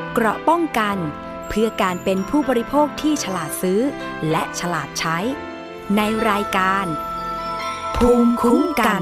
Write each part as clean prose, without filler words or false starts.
เกราะป้องกันเพื่อการเป็นผู้บริโภคที่ฉลาดซื้อและฉลาดใช้ในรายการภูมิคุ้มกัน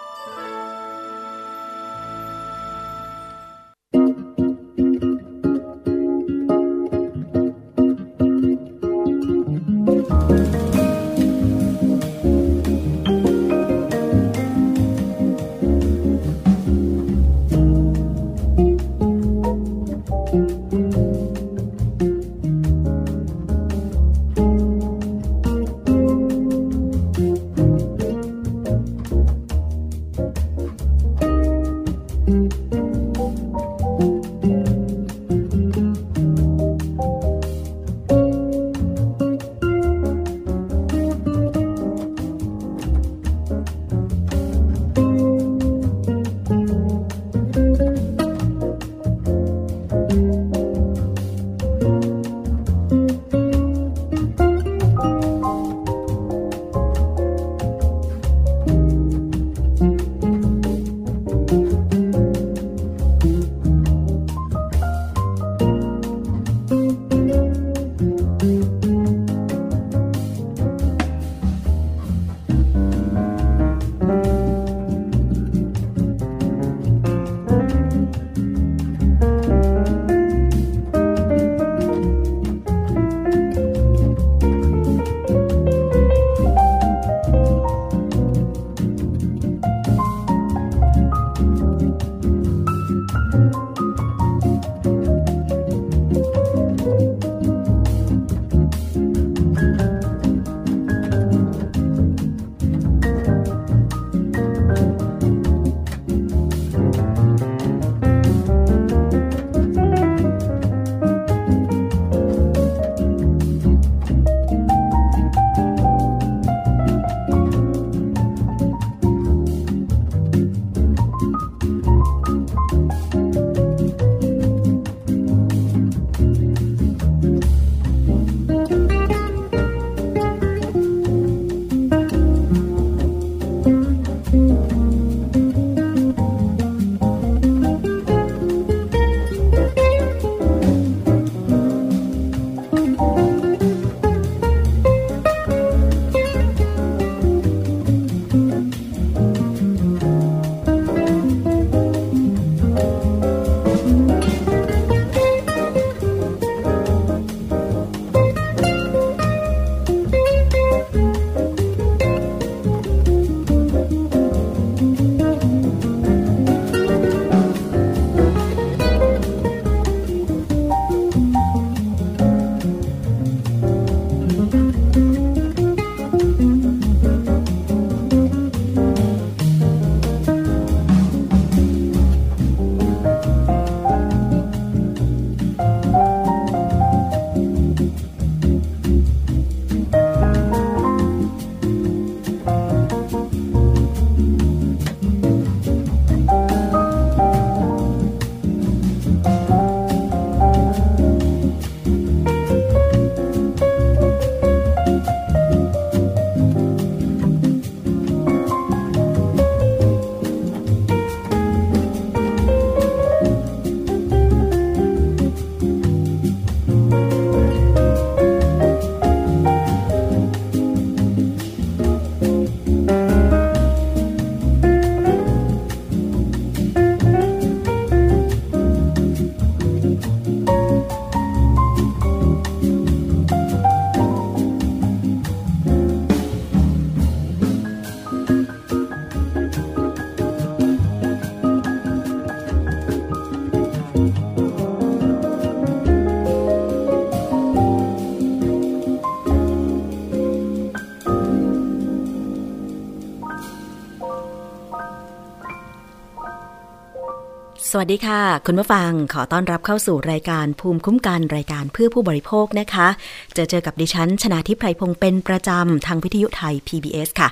สวัสดีค่ะคุณผู้ฟังขอต้อนรับเข้าสู่รายการภูมิคุ้มกันรายการเพื่อผู้บริโภคนะคะเจอกับดิฉันชนาธิปไพพงศ์เป็นประจำทางวิทยุไทย PBS ค่ะ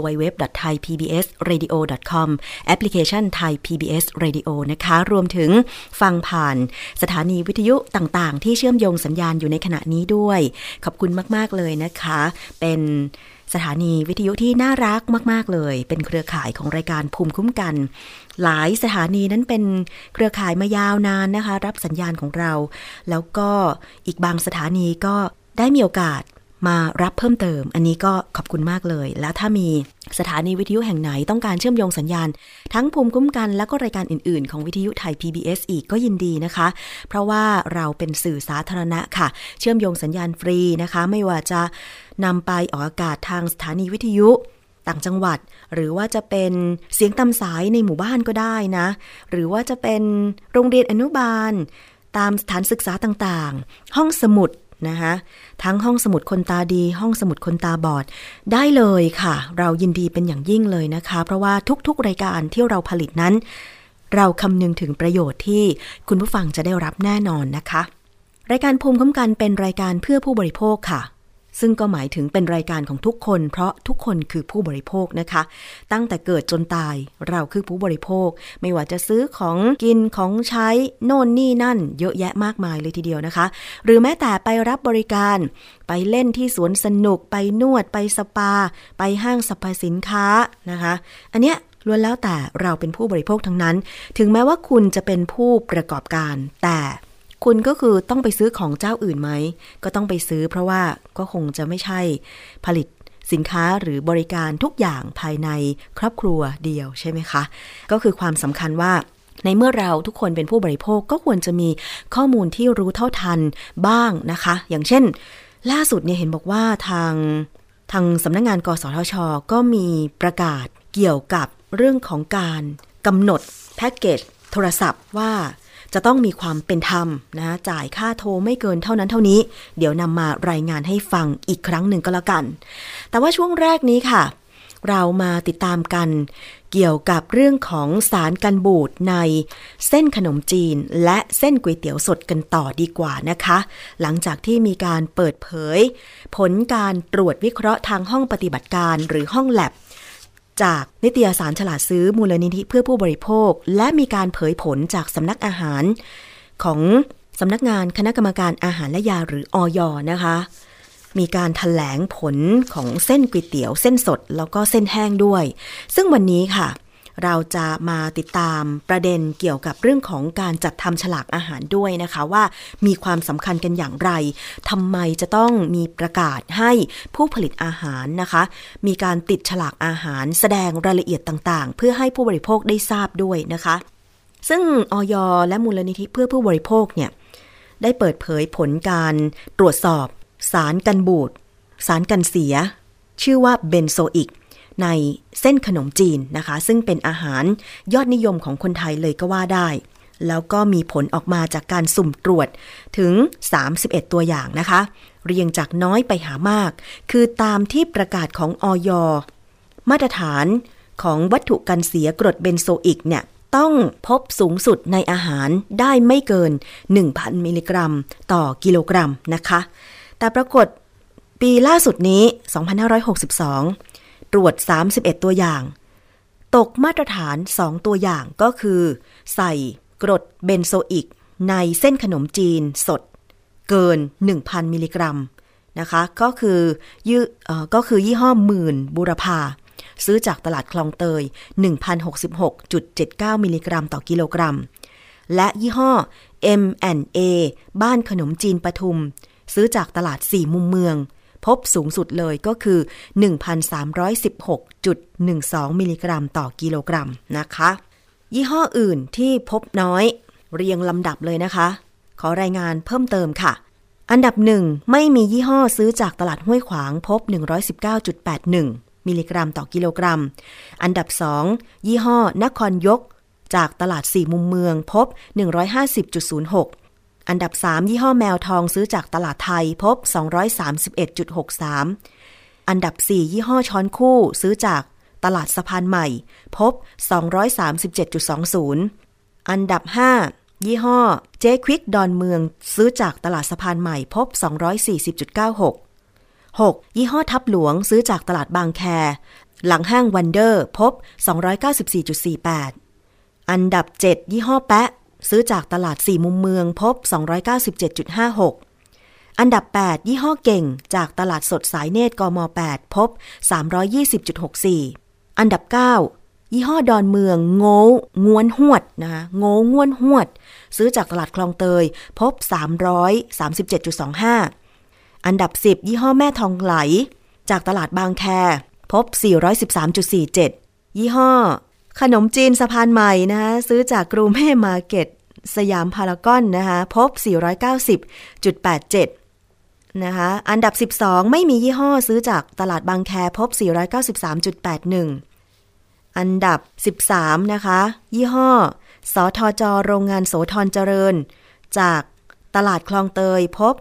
www.thaipbsradio.com แอปพลิเคชัน Thai PBS Radio นะคะรวมถึงฟังผ่านสถานีวิทยุต่างๆที่เชื่อมโยงสัญญาณอยู่ในขณะนี้ด้วยขอบคุณมากๆเลยนะคะเป็นสถานีวิทยุที่น่ารักมากๆเลยเป็นเครือข่ายของรายการภูมิคุ้มกันหลายสถานีนั้นเป็นเครือข่ายมายาวนานนะคะรับสัญญาณของเราแล้วก็อีกบางสถานีก็ได้มีโอกาสมารับเพิ่มเติมอันนี้ก็ขอบคุณมากเลยแล้วถ้ามีสถานีวิทยุแห่งไหนต้องการเชื่อมโยงสัญญาณทั้งภูมิคุ้มกันแล้วก็รายการอื่นๆของวิทยุไทย PBS อีกก็ยินดีนะคะเพราะว่าเราเป็นสื่อสาธารณะค่ะเชื่อมโยงสัญญาณฟรีนะคะไม่ว่าจะนำไปออกอากาศทางสถานีวิทยุต่างจังหวัดหรือว่าจะเป็นเสียงตามสายในหมู่บ้านก็ได้นะหรือว่าจะเป็นโรงเรียนอนุบาลตามสถานศึกษาต่างๆห้องสมุดนะคะทั้งห้องสมุดคนตาดีห้องสมุดคนตาบอดได้เลยค่ะเรายินดีเป็นอย่างยิ่งเลยนะคะเพราะว่าทุกๆรายการที่เราผลิตนั้นเราคำนึงถึงประโยชน์ที่คุณผู้ฟังจะได้รับแน่นอนนะคะรายการภูมิคุ้มกันเป็นรายการเพื่อผู้บริโภคค่ะซึ่งก็หมายถึงเป็นรายการของทุกคนเพราะทุกคนคือผู้บริโภคนะคะตั้งแต่เกิดจนตายเราคือผู้บริโภคไม่ว่าจะซื้อของกินของใช้โน่นนี่นั่นเยอะแยะมากมายเลยทีเดียวนะคะหรือแม้แต่ไปรับบริการไปเล่นที่สวนสนุกไปนวดไปสปาไปห้างสรรพสินค้านะคะอันเนี้ยล้วนแล้วแต่เราเป็นผู้บริโภคทั้งนั้นถึงแม้ว่าคุณจะเป็นผู้ประกอบการแต่คุณก็คือต้องไปซื้อของเจ้าอื่นไหมก็ต้องไปซื้อเพราะว่าก็คงจะไม่ใช่ผลิตสินค้าหรือบริการทุกอย่างภายในครอบครัวเดียวใช่ไหมคะก็คือความสำคัญว่าในเมื่อเราทุกคนเป็นผู้บริโภคก็ควรจะมีข้อมูลที่รู้เท่าทันบ้างนะคะอย่างเช่นล่าสุดเนี่ยเห็นบอกว่าทางสำนักงานกสทช.ก็มีประกาศเกี่ยวกับเรื่องของการกำหนดแพ็กเกจโทรศัพท์ว่าจะต้องมีความเป็นธรรมนะจ่ายค่าโทรไม่เกินเท่านั้นเท่านี้เดี๋ยวนำมารายงานให้ฟังอีกครั้งหนึ่งก็แล้วกันแต่ว่าช่วงแรกนี้ค่ะเรามาติดตามกันเกี่ยวกับเรื่องของสารกันบูดในเส้นขนมจีนและเส้นก๋วยเตี๋ยวสดกันต่อดีกว่านะคะหลังจากที่มีการเปิดเผยผลการตรวจวิเคราะห์ทางห้องปฏิบัติการหรือห้องแลบจากนิตยสารฉลาดซื้อมูลนิธิเพื่อผู้บริโภคและมีการเผยผลจากสำนักอาหารของสำนักงานคณะกรรมการอาหารและยาหรืออย.นะคะมีการแถลงผลของเส้นก๋วยเตี๋ยวเส้นสดแล้วก็เส้นแห้งด้วยซึ่งวันนี้ค่ะเราจะมาติดตามประเด็นเกี่ยวกับเรื่องของการจัดทำฉลากอาหารด้วยนะคะว่ามีความสำคัญกันอย่างไรทำไมจะต้องมีประกาศให้ผู้ผลิตอาหารนะคะมีการติดฉลากอาหารแสดงรายละเอียดต่างๆเพื่อให้ผู้บริโภคได้ทราบด้วยนะคะซึ่งอย.และมูลนิธิเพื่อผู้บริโภคเนี่ยได้เปิดเผยผลการตรวจสอบสารกันบูดสารกันเสียชื่อว่าเบนโซอิกในเส้นขนมจีนนะคะซึ่งเป็นอาหารยอดนิยมของคนไทยเลยก็ว่าได้แล้วก็มีผลออกมาจากการสุ่มตรวจถึง31ตัวอย่างนะคะเรียงจากน้อยไปหามากคือตามที่ประกาศของอย.มาตรฐานของวัตถุกันเสียกรดเบนโซอิกเนี่ยต้องพบสูงสุดในอาหารได้ไม่เกิน 1,000 มิลลิกรัมต่อกิโลกรัมนะคะแต่ปรากฏปีล่าสุดนี้2562ตรวจ31ตัวอย่างตกมาตรฐาน2ตัวอย่างก็คือใส่กรดเบนโซอิกในเส้นขนมจีนสดเกิน 1,000 มิลลิกรัมนะคะก็คือยี่ห้อหมื่นบูรพาซื้อจากตลาดคลองเตย 1,066.79 มิลลิกรัมต่อกิโลกรัมและยี่ห้อ M&A บ้านขนมจีนปทุมซื้อจากตลาด4มุมเมืองพบสูงสุดเลยก็คือ 1,316.12 มิลลิกรัมต่อกิโลกรัมนะคะยี่ห้ออื่นที่พบน้อยเรียงลำดับเลยนะคะขอรายงานเพิ่มเติมค่ะอันดับ1ไม่มียี่ห้อซื้อจากตลาดห้วยขวางพบ 119.81 มิลลิกรัมต่อกิโลกรัมอันดับ2ยี่ห้อนครยกจากตลาด4มุมเมืองพบ 150.06อันดับ3ยี่ห้อแมวทองซื้อจากตลาดไทยพบ 231.63 อันดับ4ยี่ห้อช้อนคู่ซื้อจากตลาดสะพานใหม่พบ 237.20 อันดับ5ยี่ห้อเจ๊ควิกดอนเมืองซื้อจากตลาดสะพานใหม่พบ 240.96 6ยี่ห้อทับหลวงซื้อจากตลาดบางแคหลังห้างวันเดอร์พบ 294.48 อันดับ7ยี่ห้อแปะซื้อจากตลาด4มุมเมืองพบ 297.56 อันดับ8ยี่ห้อเก่งจากตลาดสดสายเนตรกม8พบ 320.64 อันดับ9ยี่ห้อดอนเมืองโง่ง้วนหวดนะคะโง่ง้วนหวดซื้อจากตลาดคลองเตยพบ 337.25 อันดับ10ยี่ห้อแม่ทองไหลจากตลาดบางแคพบ 413.47 ยี่ห้อขนมจีนสะพานใหม่นะคะซื้อจากกรูเม่มาร์เก็ตสยามพารากอนนะคะพบ 490.87 นะคะอันดับ12ไม่มียี่ห้อซื้อจากตลาดบางแคพบ 493.81 อันดับ13นะคะยี่ห้อสทจ.โรงงานโสธรเจริญจากตลาดคลองเตยพบ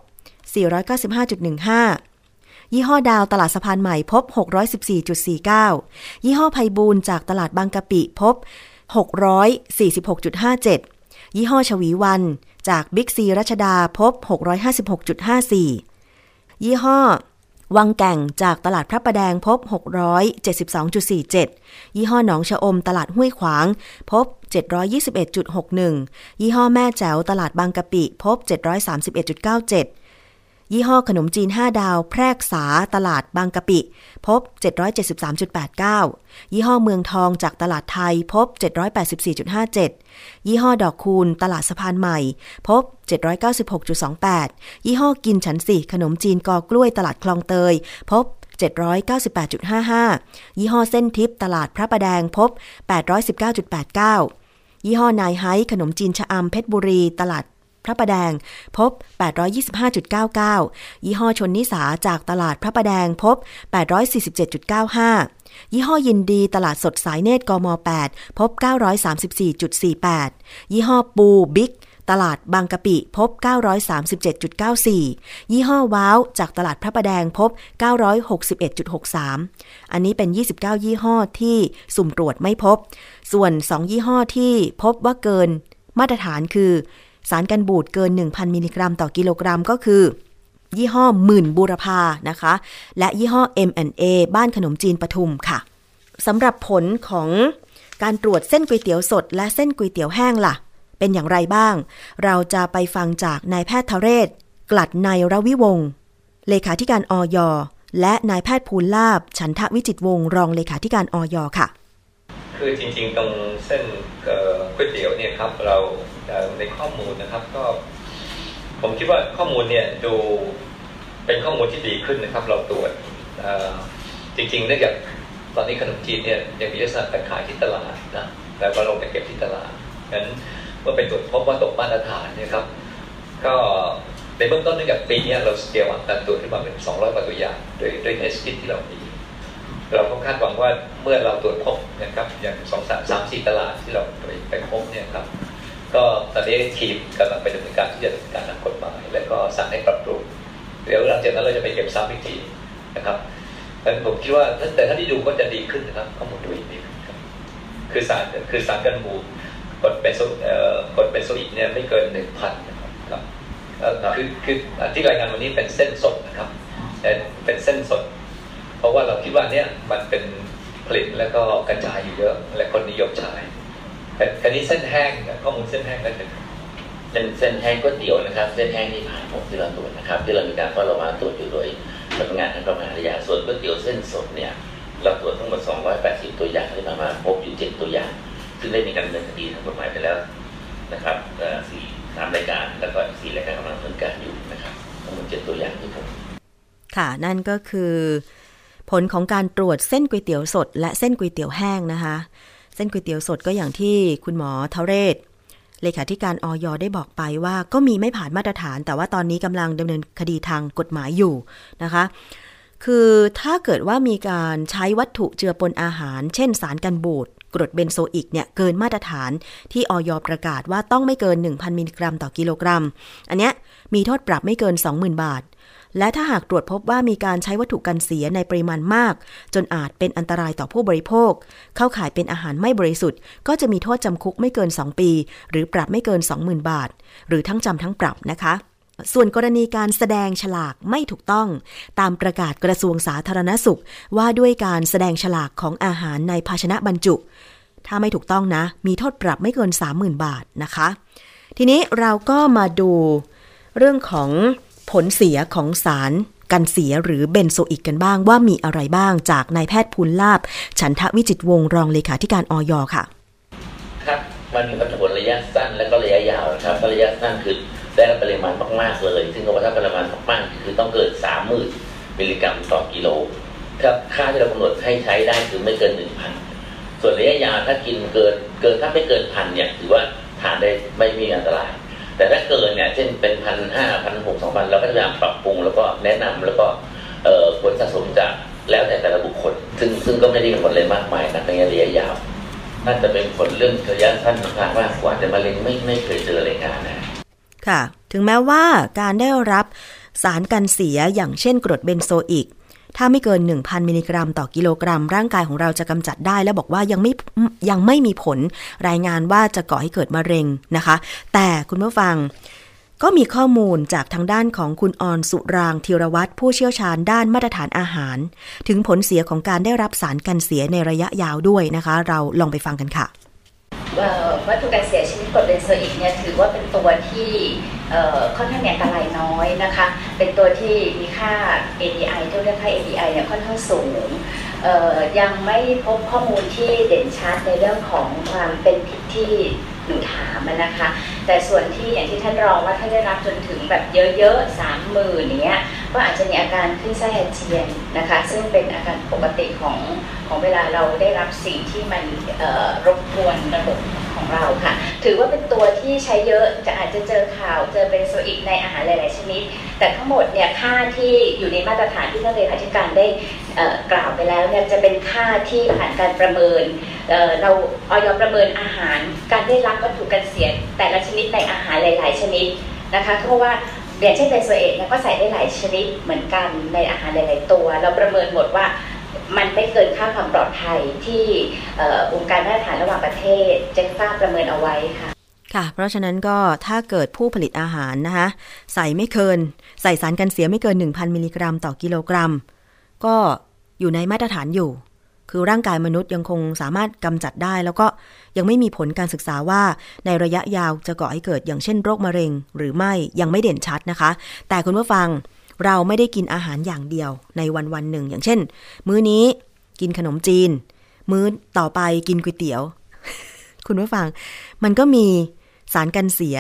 495.15 ยี่ห้อดาวตลาดสะพานใหม่พบ 614.49 ยี่ห้อไพบูลย์จากตลาดบางกะปิพบ 646.57 ยี่ห้อชวีวันจากบิ๊กซีรัชดาพบ 656.54 ยี่ห้อวังแก่งจากตลาดพระประแดงพบ 672.47 ยี่ห้อหนองชะอมตลาดห้วยขวางพบ 721.61 ยี่ห้อแม่แจ๋วตลาดบางกะปิพบ 731.97 ยี่ห้อขนมจีน5ดาวแพรกษาตลาดบางกะปิพบ 773.89 ยี่ห้อเมืองทองจากตลาดไทยพบ 784.57 ยี่ห้อดอกคูณตลาดสะพานใหม่พบ 796.28 ยี่ห้อกินฉันสิขนมจีนกอกล้วยตลาดคลองเตยพบ 798.55 ยี่ห้อเส้นทิพย์ตลาดพระประแดงพบ 819.89 ยี่ห้อนายไฮขนมจีนชะอำเพชรบุรีตลาดพระประแดงพบ 825.99 ยี่ห้อชนนิสาจากตลาดพระประแดงพบ 847.95 ยี่ห้อยินดีตลาดสดสายเนตรกม8พบ 934.48 ยี่ห้อปูบิ๊กตลาดบางกะปิพบ 937.94 ยี่ห้อว้าวจากตลาดพระประแดงพบ 961.63 อันนี้เป็น29ยี่ห้อที่สุ่มตรวจไม่พบส่วน2ยี่ห้อที่พบว่าเกินมาตรฐานคือสารกันบูดเกิน 1,000 มิลลิกรัมต่อกิโลกรัมก็คือยี่ห้อหมื่นบูรพานะคะและยี่ห้อ M&A บ้านขนมจีนปทุมค่ะสำหรับผลของการตรวจเส้นก๋วยเตี๋ยวสดและเส้นก๋วยเตี๋ยวแห้งล่ะเป็นอย่างไรบ้างเราจะไปฟังจากนายแพทย์ทเรศกลัดในรวิวงศ์เลขาธิการอย.และนายแพทย์ภูลลาภฉันทวิจิตรวงศ์รองเลขาธิการอย.ค่ะคือจริงๆตรงเส้นก๋วยเตี๋ยวเนี่ยครับเราในข้อมูลนะครับก็ผมคิดว่าข้อมูลเนี่ยดูเป็นข้อมูลที่ดีขึ้นนะครับเราตรวจจริงๆเนื่องจากตอนนี้ขนมจีนเนี่ยยังมีลักษณะการขายที่ตลาดนะแล้วก็ลงไปเก็บที่ตลาดงั้นเมื่อไปตรวจพบว่าตกมาตรฐานเนี่ยครับก็ในเบื้องต้นเนื่องจากปีนี้เราสเกลการตรวจขึ้นมาเป็น200กว่าตัวอย่างด้วยเทสคิทที่เรามีเราก็คาดหวังว่าเมื่อเราตรวจพบนะครับอย่าง3-4 ตลาดที่เราไปพบเนี่ยครับก็ตอนนี้ทีมกำลังไปดำเนินการที่จะดำเนินการทางกฎหมายและก็สั่งให้ปรับปรุงเดี๋ยวหลังจากนั้นเราจะไปเก็บซ้ำอีกทีนะครับเพราะฉะนั้นผมคิดว่าแต่ถ้าที่ดูก็จะดีขึ้นนะครับข้อมูลดูดีขึ้นครับคือสารกันบูดกดเป็นโซอิกเนี่ยไม่เกิน 1,000 นะครับคือที่รายงานวันนี้เป็นเส้นสดนะครับเป็นเส้นสดเพราะว่าเราคิดว่าเนี่ยมันเป็นผลิตแล้วก็กระจายอยู่เยอะและคนนิยมใช้แต่นี้เส้นแห้งข้อมูลเส้นแห้งก็เป็นเส้นแห้งก๋วยเตี๋ยวนะครับเส้นแห้งนี่ผ่านผมที่เราตรวจนะครับที่เรามีการเฝ้าระวังตรวจอยู่โดยสำนักงานทางกรมอาหารส่วนก๋วยเตี๋ยวเส้นสดเนี่ยเราตรวจทั้งหมด280ตัวอย่างที่ผ่านมาพบอยู่7ตัวอย่างซึ่งได้มีการดำเนินคดีทางกฎหมายไปแล้วนะครับ3รายการแล้วก็4รายการกำลังดำเนินการอยู่นะครับทั้งหมด7ตัวอย่างที่ผมค่ะนั่นก็คือผลของการตรวจเส้นก๋วยเตี๋ยวสดและเส้นก๋วยเตี๋ยวแห้งนะคะเส้นก๋วยเตี๋ยวสดก็อย่างที่คุณหมอทเรศเลขาธิการอย.ได้บอกไปว่าก็มีไม่ผ่านมาตรฐานแต่ว่าตอนนี้กำลังดำเนินคดีทางกฎหมายอยู่นะคะคือถ้าเกิดว่ามีการใช้วัตถุเจือปนอาหารเช่นสารกันบูดกรดเบนโซอิกเนี่ยเกินมาตรฐานที่อย.ประกาศว่าต้องไม่เกิน 1,000 มิลลิกรัมต่อกิโลกรัมอันเนี้ยมีโทษปรับไม่เกิน 20,000 บาทและถ้าหากตรวจพบว่ามีการใช้วัตถุกันเสียในปริมาณมากจนอาจเป็นอันตรายต่อผู้บริโภคเข้าข่ายเป็นอาหารไม่บริสุทธิ์ก็จะมีโทษจำคุกไม่เกิน2ปีหรือปรับไม่เกิน 20,000 บาทหรือทั้งจำทั้งปรับนะคะส่วนกรณีการแสดงฉลากไม่ถูกต้องตามประกาศกระทรวงสาธารณสุขว่าด้วยการแสดงฉลากของอาหารในภาชนะบรรจุถ้าไม่ถูกต้องนะมีโทษปรับไม่เกิน 30,000 บาทนะคะทีนี้เราก็มาดูเรื่องของผลเสียของสารกันเสียหรือเบนโซอิกกันบ้างว่ามีอะไรบ้างจากนายแพทย์ภูลลาภฉันทวิจิตรวงศ์รองเลขาธิการอย.ค่ะครับมันมีผลระยะสั้นและก็ระยะยาวนะครับระยะสั้นคือได้รับปริมาณมากๆเลยซึ่งก็ว่าถ้าปริมาณมากๆคือต้องเกิน 30,000 มิลลิกรัมต่อกิโลครับค่าที่เรากำหนดให้ใช้ได้คือไม่เกิน 1,000 ส่วนระยะยาวถ้ากินเกินถ้าไม่เกิน 1,000 เนี่ยถือว่าทานได้ไม่มีอันตรายแต่ถ้าเกินเนี่ยเช่นเป็น 1,500 1,600 2,000 เราก็พยายามปรับปรุงแล้วก็แนะนำแล้วก็ผลสะสมจากแล้วแต่ละบุคคลซึ่งก็ไม่ได้มีผลอะไรมากมายในระยะยาวน่าจะเป็นผลเรื่องระยะสั้นมากกว่าแต่มะเร็งไม่เคยเจอรายงานนะค่ะถึงแม้ว่าการได้รับสารกันเสียอย่างเช่นกรดเบนโซอิกถ้าไม่เกิน 1,000 มิลลิกรัมต่อกิโลกรัมร่างกายของเราจะกำจัดได้แล้วบอกว่ายังไม่มีผลรายงานว่าจะก่อให้เกิดมะเร็งนะคะแต่คุณผู้ฟังก็มีข้อมูลจากทางด้านของคุณอรสุรางค์ธีรวัฒน์ผู้เชี่ยวชาญด้านมาตรฐานอาหารถึงผลเสียของการได้รับสารกันเสียในระยะยาวด้วยนะคะเราลองไปฟังกันค่ะวัตถุกันเสียชนิดกรดเบนโซอิกเนี่ยถือว่าเป็นตัวที่ค่อนข้างอันตรายน้อยนะคะเป็นตัวที่มีค่า ADI ที่เรียกค่า ADI เนี่ยค่อนข้างสูงยังไม่พบข้อมูลที่เด่นชัดในเรื่องของความเป็นพิษที่หนูถามนะคะแต่ส่วนที่อย่างที่ท่านรองว่าถ้าได้รับจนถึงแบบเยอะๆ 30,000 อย่างเงี้ยก็อาจจะมีอาการขึ้นไส้อาเจียนนะคะซึ่งเป็นอาการปกติของเวลาเราได้รับสิ่งที่มันรบกวนระบบของเราค่ะถือว่าเป็นตัวที่ใช้เยอะอาจจะเจอข่าวเจอเบนโซอิกในอาหารหลายๆชนิดแต่ทั้งหมดเนี่ยค่าที่อยู่ในมาตรฐานที่ท่านเลขาธิการได้กล่าวไปแล้วเนี่ยจะเป็นค่าที่ผ่านการประเมินเราอย.ประเมินอาหารการได้รับวัตถุกันเสียแต่ละชนิดในอาหารหลายๆชนิดนะคะเพราะว่าอย่างเช่นเบนโซเอทเนี่ยก็ใส่ได้หลายชนิดเหมือนกันในอาหารหลายๆตัวเราประเมินหมดว่ามันไม่เกินค่าความปลอดภัยที่องค์การมาตรฐานระหว่างประเทศเจนฟ้าประเมินเอาไว้ค่ะค่ะเพราะฉะนั้นก็ถ้าเกิดผู้ผลิตอาหารนะคะใส่สารกันเสียไม่เกิน 1,000 มิลลิกรัมต่อกิโลกรัมก็อยู่ในมาตรฐานอยู่คือร่างกายมนุษย์ยังคงสามารถกำจัดได้แล้วก็ยังไม่มีผลการศึกษาว่าในระยะยาวจะก่อให้เกิดอย่างเช่นโรคมะเร็งหรือไม่ยังไม่เด่นชัดนะคะแต่คุณผู้ฟังเราไม่ได้กินอาหารอย่างเดียวในวันหนึ่งอย่างเช่นมื้อนี้กินขนมจีนมื้อต่อไปกินก๋วยเตี๋ยว คุณผู้ฟังมันก็มีสารกันเสีย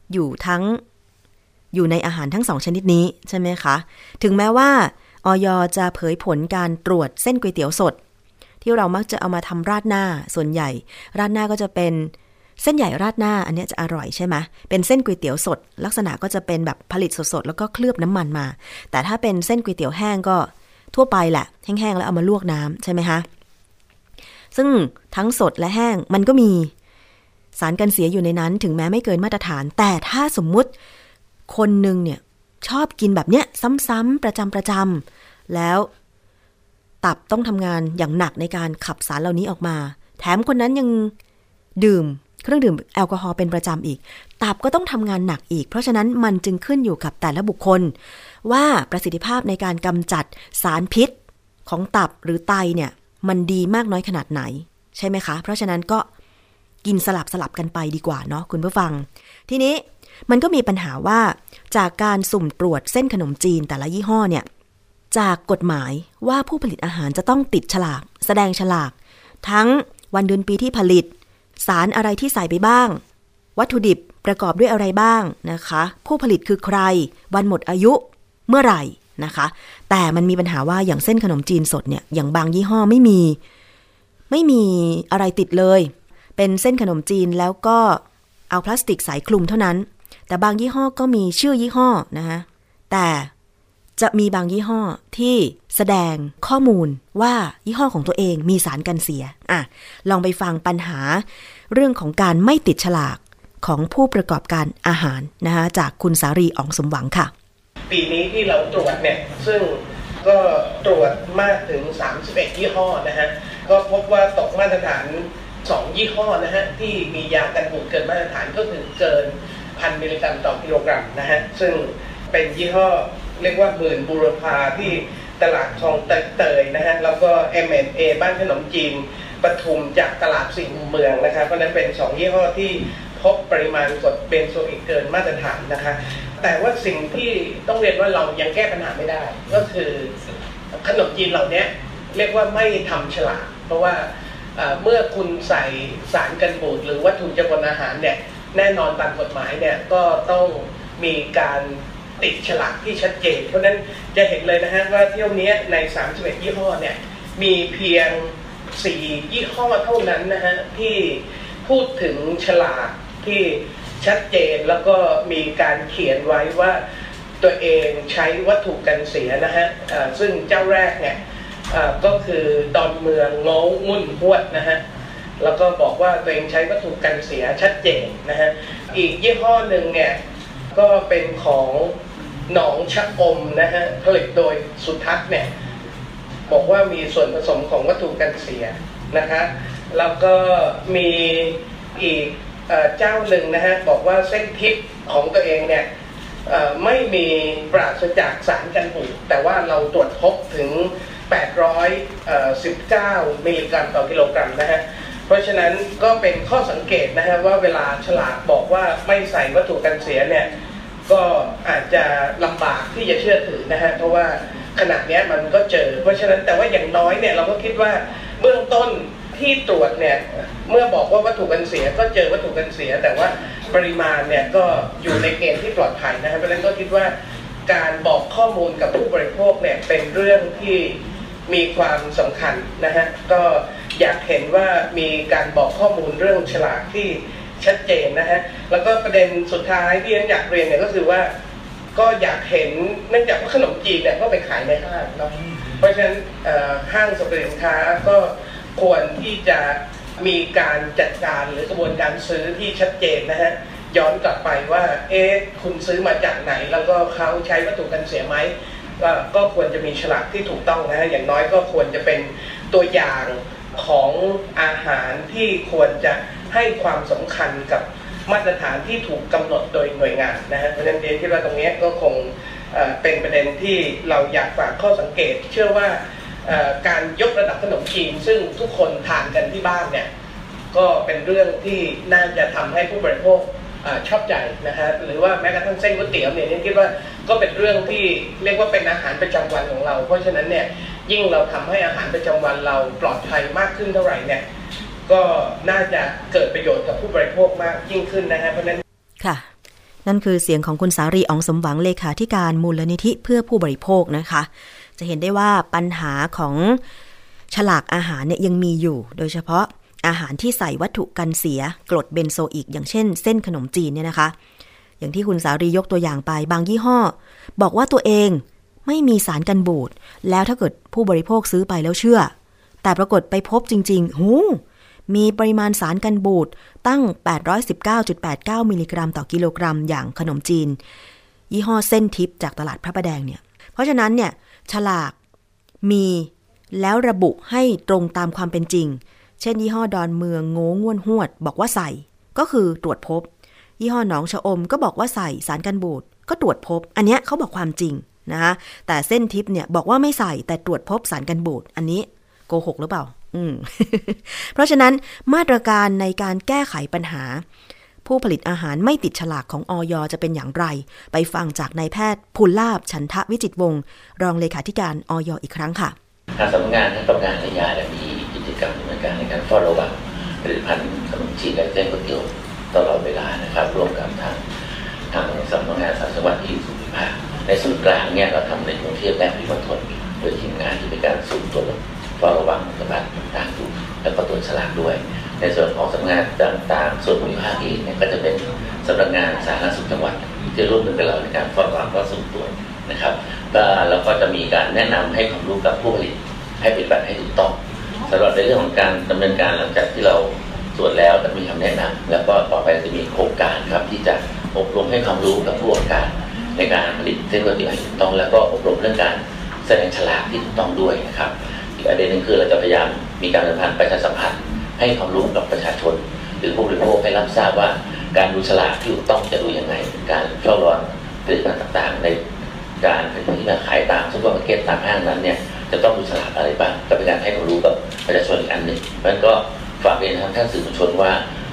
อยู่ในอาหารทั้ง2ชนิดนี้ใช่ไหมคะถึงแม้ว่าอย.จะเผยผลการตรวจเส้นก๋วยเตี๋ยวสดที่เรามักจะเอามาทำราดหน้าส่วนใหญ่ราดหน้าก็จะเป็นเส้นใหญ่ราดหน้าอันนี้จะอร่อยใช่ไหมเป็นเส้นก๋วยเตี๋ยวสดลักษณะก็จะเป็นแบบผลิตสดๆแล้วก็เคลือบน้ำมันมาแต่ถ้าเป็นเส้นก๋วยเตี๋ยวแห้งก็ทั่วไปแหละแห้งๆแล้วเอามาลวกน้ำใช่ไหมคะซึ่งทั้งสดและแห้งมันก็มีสารกันเสียอยู่ในนั้นถึงแม้ไม่เกินมาตรฐานแต่ถ้าสมมุติคนนึงเนี่ยชอบกินแบบเนี้ยซ้ำๆประจำแล้วตับต้องทำงานอย่างหนักในการขับสารเหล่านี้ออกมาแถมคนนั้นยังดื่มเครื่องดื่มแอลกอฮอล์เป็นประจำอีกตับก็ต้องทำงานหนักอีกเพราะฉะนั้นมันจึงขึ้นอยู่กับแต่ละบุคคลว่าประสิทธิภาพในการกำจัดสารพิษของตับหรือไตเนี่ยมันดีมากน้อยขนาดไหนใช่ไหมคะเพราะฉะนั้นก็กินสลับกันไปดีกว่าเนาะคุณผู้ฟังทีนี้มันก็มีปัญหาว่าจากการสุ่มตรวจเส้นขนมจีนแต่ละยี่ห้อเนี่ยจากกฎหมายว่าผู้ผลิตอาหารจะต้องติดฉลากแสดงฉลากทั้งวันเดือนปีที่ผลิตสารอะไรที่ใส่ไปบ้างวัตถุดิบประกอบด้วยอะไรบ้างนะคะผู้ผลิตคือใครวันหมดอายุเมื่อไหร่นะคะแต่มันมีปัญหาว่าอย่างเส้นขนมจีนสดเนี่ยอย่างบางยี่ห้อไม่มีอะไรติดเลยเป็นเส้นขนมจีนแล้วก็เอาพลาสติกใสคลุมเท่านั้นแต่บางยี่ห้อก็มีชื่อยี่ห้อนะคะแต่จะมีบางยี่ห้อที่แสดงข้อมูลว่ายี่ห้อของตัวเองมีสารกันเสียลองไปฟังปัญหาเรื่องของการไม่ติดฉลากของผู้ประกอบการอาหารนะคะจากคุณสารีอ๋องสมหวังค่ะปีนี้ที่เราตรวจเนี่ยซึ่งก็ตรวจมากถึง31ยี่ห้อนะฮะก็พบว่าตกมาตรฐาน2ยี่ห้อนะฮะที่มียากันบูดเกินมาตรฐานก็คือเกิน 1,000 มิลลิกรัมต่อกิโลกรัมนะฮะซึ่งเป็นยี่ห้อเรียกว่าหมื่นบูรพาที่ตลาดคลองเตยนะฮะแล้วก็ M&A บ้านขนมจีนปทุมจากตลาดสี่มุมเมืองนะครับเพราะนั้นเป็น2ยี่ห้อที่พบปริมาณกรดเบนโซอิกเกินมาตรฐานนะคะแต่ว่าสิ่งที่ต้องเรียนว่าเรายังแก้ปัญหาไม่ได้ก็คือขนมจีนเหล่านี้เรียกว่าไม่ทำฉลากเพราะว่าเมื่อคุณใส่สารกันบูดหรือวัตถุเจือปนอาหารเนี่ยแน่นอนตามกฎหมายเนี่ยก็ต้องมีการติดฉลากที่ชัดเจนเพราะนั้นจะเห็นเลยนะฮะว่าเที่ยวนี้ใน31ยี่ห้อเนี่ยมีเพียง4ยี่ห้อเท่านั้นนะฮะที่พูดถึงฉลากที่ชัดเจนแล้วก็มีการเขียนไว้ว่าตัวเองใช้วัตถุกันเสียนะฮะซึ่งเจ้าแรกเนี่ยก็คือดอนเมืองโง้งุ่นฮวดนะฮะแล้วก็บอกว่าตัวเองใช้วัตถุกันเสียชัดเจนนะฮะอีกยี่ห้อหนึ่งเนี่ยก็เป็นของหนองชะอมนะฮะผลิตโดยสุทัศน์เนี่ยบอกว่ามีส่วนผสมของวัตถุกันเสียนะคะแล้วก็มีอีกเจ้าหนึ่งนะฮะบอกว่าเส้นทิพย์ของตัวเองเนี่ยไม่มีปราศจากสารกันบูดแต่ว่าเราตรวจพบถึง819มิลลิกรัมต่อกิโลกรัมนะฮะเพราะฉะนั้นก็เป็นข้อสังเกตนะฮะว่าเวลาฉลากบอกว่าไม่ใส่วัตถุกันเสียเนี่ยก็อาจจะลำบากที่จะเชื่อถือนะฮะเพราะว่าขนาดนี้มันก็เจอเพราะฉะนั้นแต่ว่าอย่างน้อยเนี่ยเราก็คิดว่าเบื้องต้นที่ตรวจเนี่ยเมื่อบอกว่าวัตถุกันเสียก็เจอวัตถุกันเสียแต่ว่าปริมาณเนี่ยก็อยู่ในเกณฑ์ที่ปลอดภัยนะฮะเพราะฉะนั้นก็คิดว่าการบอกข้อมูลกับผู้บริโภคเนี่ยเป็นเรื่องที่มีความสำคัญนะฮะก็อยากเห็นว่ามีการบอกข้อมูลเรื่องฉลากที่ชัดเจนนะฮะแล้วก็ประเด็นสุดท้ายที่ฉันอยากเรียนเนี่ยก็คือว่าก็อยากเห็นเนื่องจากว่าขนมจีนเนี่ยก็ไปขายในห้างเนาะเพราะฉะนั้นห้างสรรพสินค้าก็ควรที่จะมีการจัดการหรือกระบวนการซื้อที่ชัดเจนนะฮะย้อนกลับไปว่าคุณซื้อมาจากไหนแล้วก็เขาใช้วัตถุกันเสียไหมก็ควรจะมีฉลากที่ถูกต้องนะฮะอย่างน้อยก็ควรจะเป็นตัวอย่างของอาหารที่ควรจะให้ความสำคัญกับมาตรฐานที่ถูกกำหนดโดยหน่วยงานนะฮะเพราะฉะนั้นเรียนคิดว่าตรงนี้ก็คงเป็นประเด็นที่เราอยากฝากข้อสังเกตเชื่อว่าการยกระดับขนมจีนซึ่งทุกคนทานกันที่บ้านเนี่ยก็เป็นเรื่องที่น่าจะทำให้ผู้บริโภคชอบใจนะฮะหรือว่าแม้กระทั่งเส้นก๋วยเตี๋ยวเนี่ยคิดว่าก็เป็นเรื่องที่เรียกว่าเป็นอาหารประจำวันของเราเพราะฉะนั้นเนี่ยยิ่งเราทำให้อาหารประจำวันเราปลอดภัยมากขึ้นเท่าไหร่เนี่ยก็น่าจะเกิดประโยชน์กับผู้บริโภคมากยิ่งขึ้นนะฮะเพราะนั้นค่ะนั่นคือเสียงของคุณสารีอ๋องสมหวังเลขาธิการมูลนิธิเพื่อผู้บริโภคนะคะจะเห็นได้ว่าปัญหาของฉลากอาหารเนี่ยยังมีอยู่โดยเฉพาะอาหารที่ใส่วัตถุกันเสียกรดเบนโซอิกอย่างเช่นเส้นขนมจีนเนี่ยนะคะอย่างที่คุณสารียกตัวอย่างไปบางยี่ห้อบอกว่าตัวเองไม่มีสารกันบูดแล้วถ้าเกิดผู้บริโภคซื้อไปแล้วเชื่อแต่ปรากฏไปพบจริงๆมีปริมาณสารกันบูดตั้ง 819.89 มิลลิกรัมต่อกิโลกรัมอย่างขนมจีนยี่ห้อเส้นทิพย์จากตลาดพระประแดงเนี่ยเพราะฉะนั้นเนี่ยฉลากมีแล้วระบุให้ตรงตามความเป็นจริงเช่นยี่ห้อดอนเมืองโง้ง่วนฮวดบอกว่าใส่ก็คือตรวจพบยี่ห้อหนองชะอมก็บอกว่าใส่สารกันบูดก็ตรวจพบอันเนี้ยเขาบอกความจริงนะคะแต่เส้นทิพย์เนี่ยบอกว่าไม่ใส่แต่ตรวจพบสารกันบูดอันนี้โกหกหรือเปล่า เพราะฉะนั้นมาตรการในการแก้ไขปัญหาผู้ผลิตอาหารไม่ติดฉลากของอย.จะเป็นอย่างไรไปฟังจากนายแพทย์ภูลลาภฉันทวิจิตรวงศ์รองเลขาธิการอย.อีกครั้งค่ะทางสำนักงานคณะกรรมการอาญาได้มีกิจกรรมดำเนินการในการเฝ้าระวังผลิตภัณฑ์ขนมจีนและเส้นก๋วยเตี๋ยวตลอดเวลานะครับร่วมกับทางสำนักงานสาธารณสุขที่สุขภาพในส่วนกลางเนี่ยเราทำในกรุงเทพและปริมณฑลโดยทีมงานที่เป็นการสุ่มตรวจเฝ้าระวังผลิตภัณฑ์ต่างๆดูและก็ตรวจฉลากด้วยในส่วนของสำนักงานต่างๆส่วนภูมิภาคเองเนี่ยก็จะเป็นสำนักงานสาธารณสุขจังหวัดที่ร่วมมือกับเราในการเฝ้าระวังและสุ่มตรวจนะครับแล้วก็จะมีการแนะนำให้ความรู้กับผู้ผลิตให้ปฏิบัติให้ถูกต้องสำหรับในเรื่องของการดำเนินการหลังจากที่เราตรวจแล้วจะมีคำแนะนำแล้วก็ต่อไปจะมีโครงการครับที่จะอบรมให้ความรู้กับผู้ประกอบการในการผลิตเส้นก๋วยเตี๋ยวให้ถูกต้องแล้วก็อบรมเรื่องการแสดงฉลากที่ถูกต้องด้วยนะครับอีกประเด็นนึงคือเราจะพยายามมีการประชาสัมพันธ์ให้ความรู้กับประชาชนหรือผู้บริโภคให้รับทราบว่าการดูฉลากที่ถูกต้องจะดูยังไงการเฝ้าระวังผลิตภัณฑ์ต่างๆในการผลิตที่มาขายตามซุปเปอร์มาร์เก็ตตามห้างนั้นเนี่ยจะต้องดูฉลากอะไรบ้างก็เป็นการให้ความรู้กับประชาชนอีกอันหนึ่งเพราะฉะนั้นก็ฝากเรียนทางท่านสื่อมวลชนว่า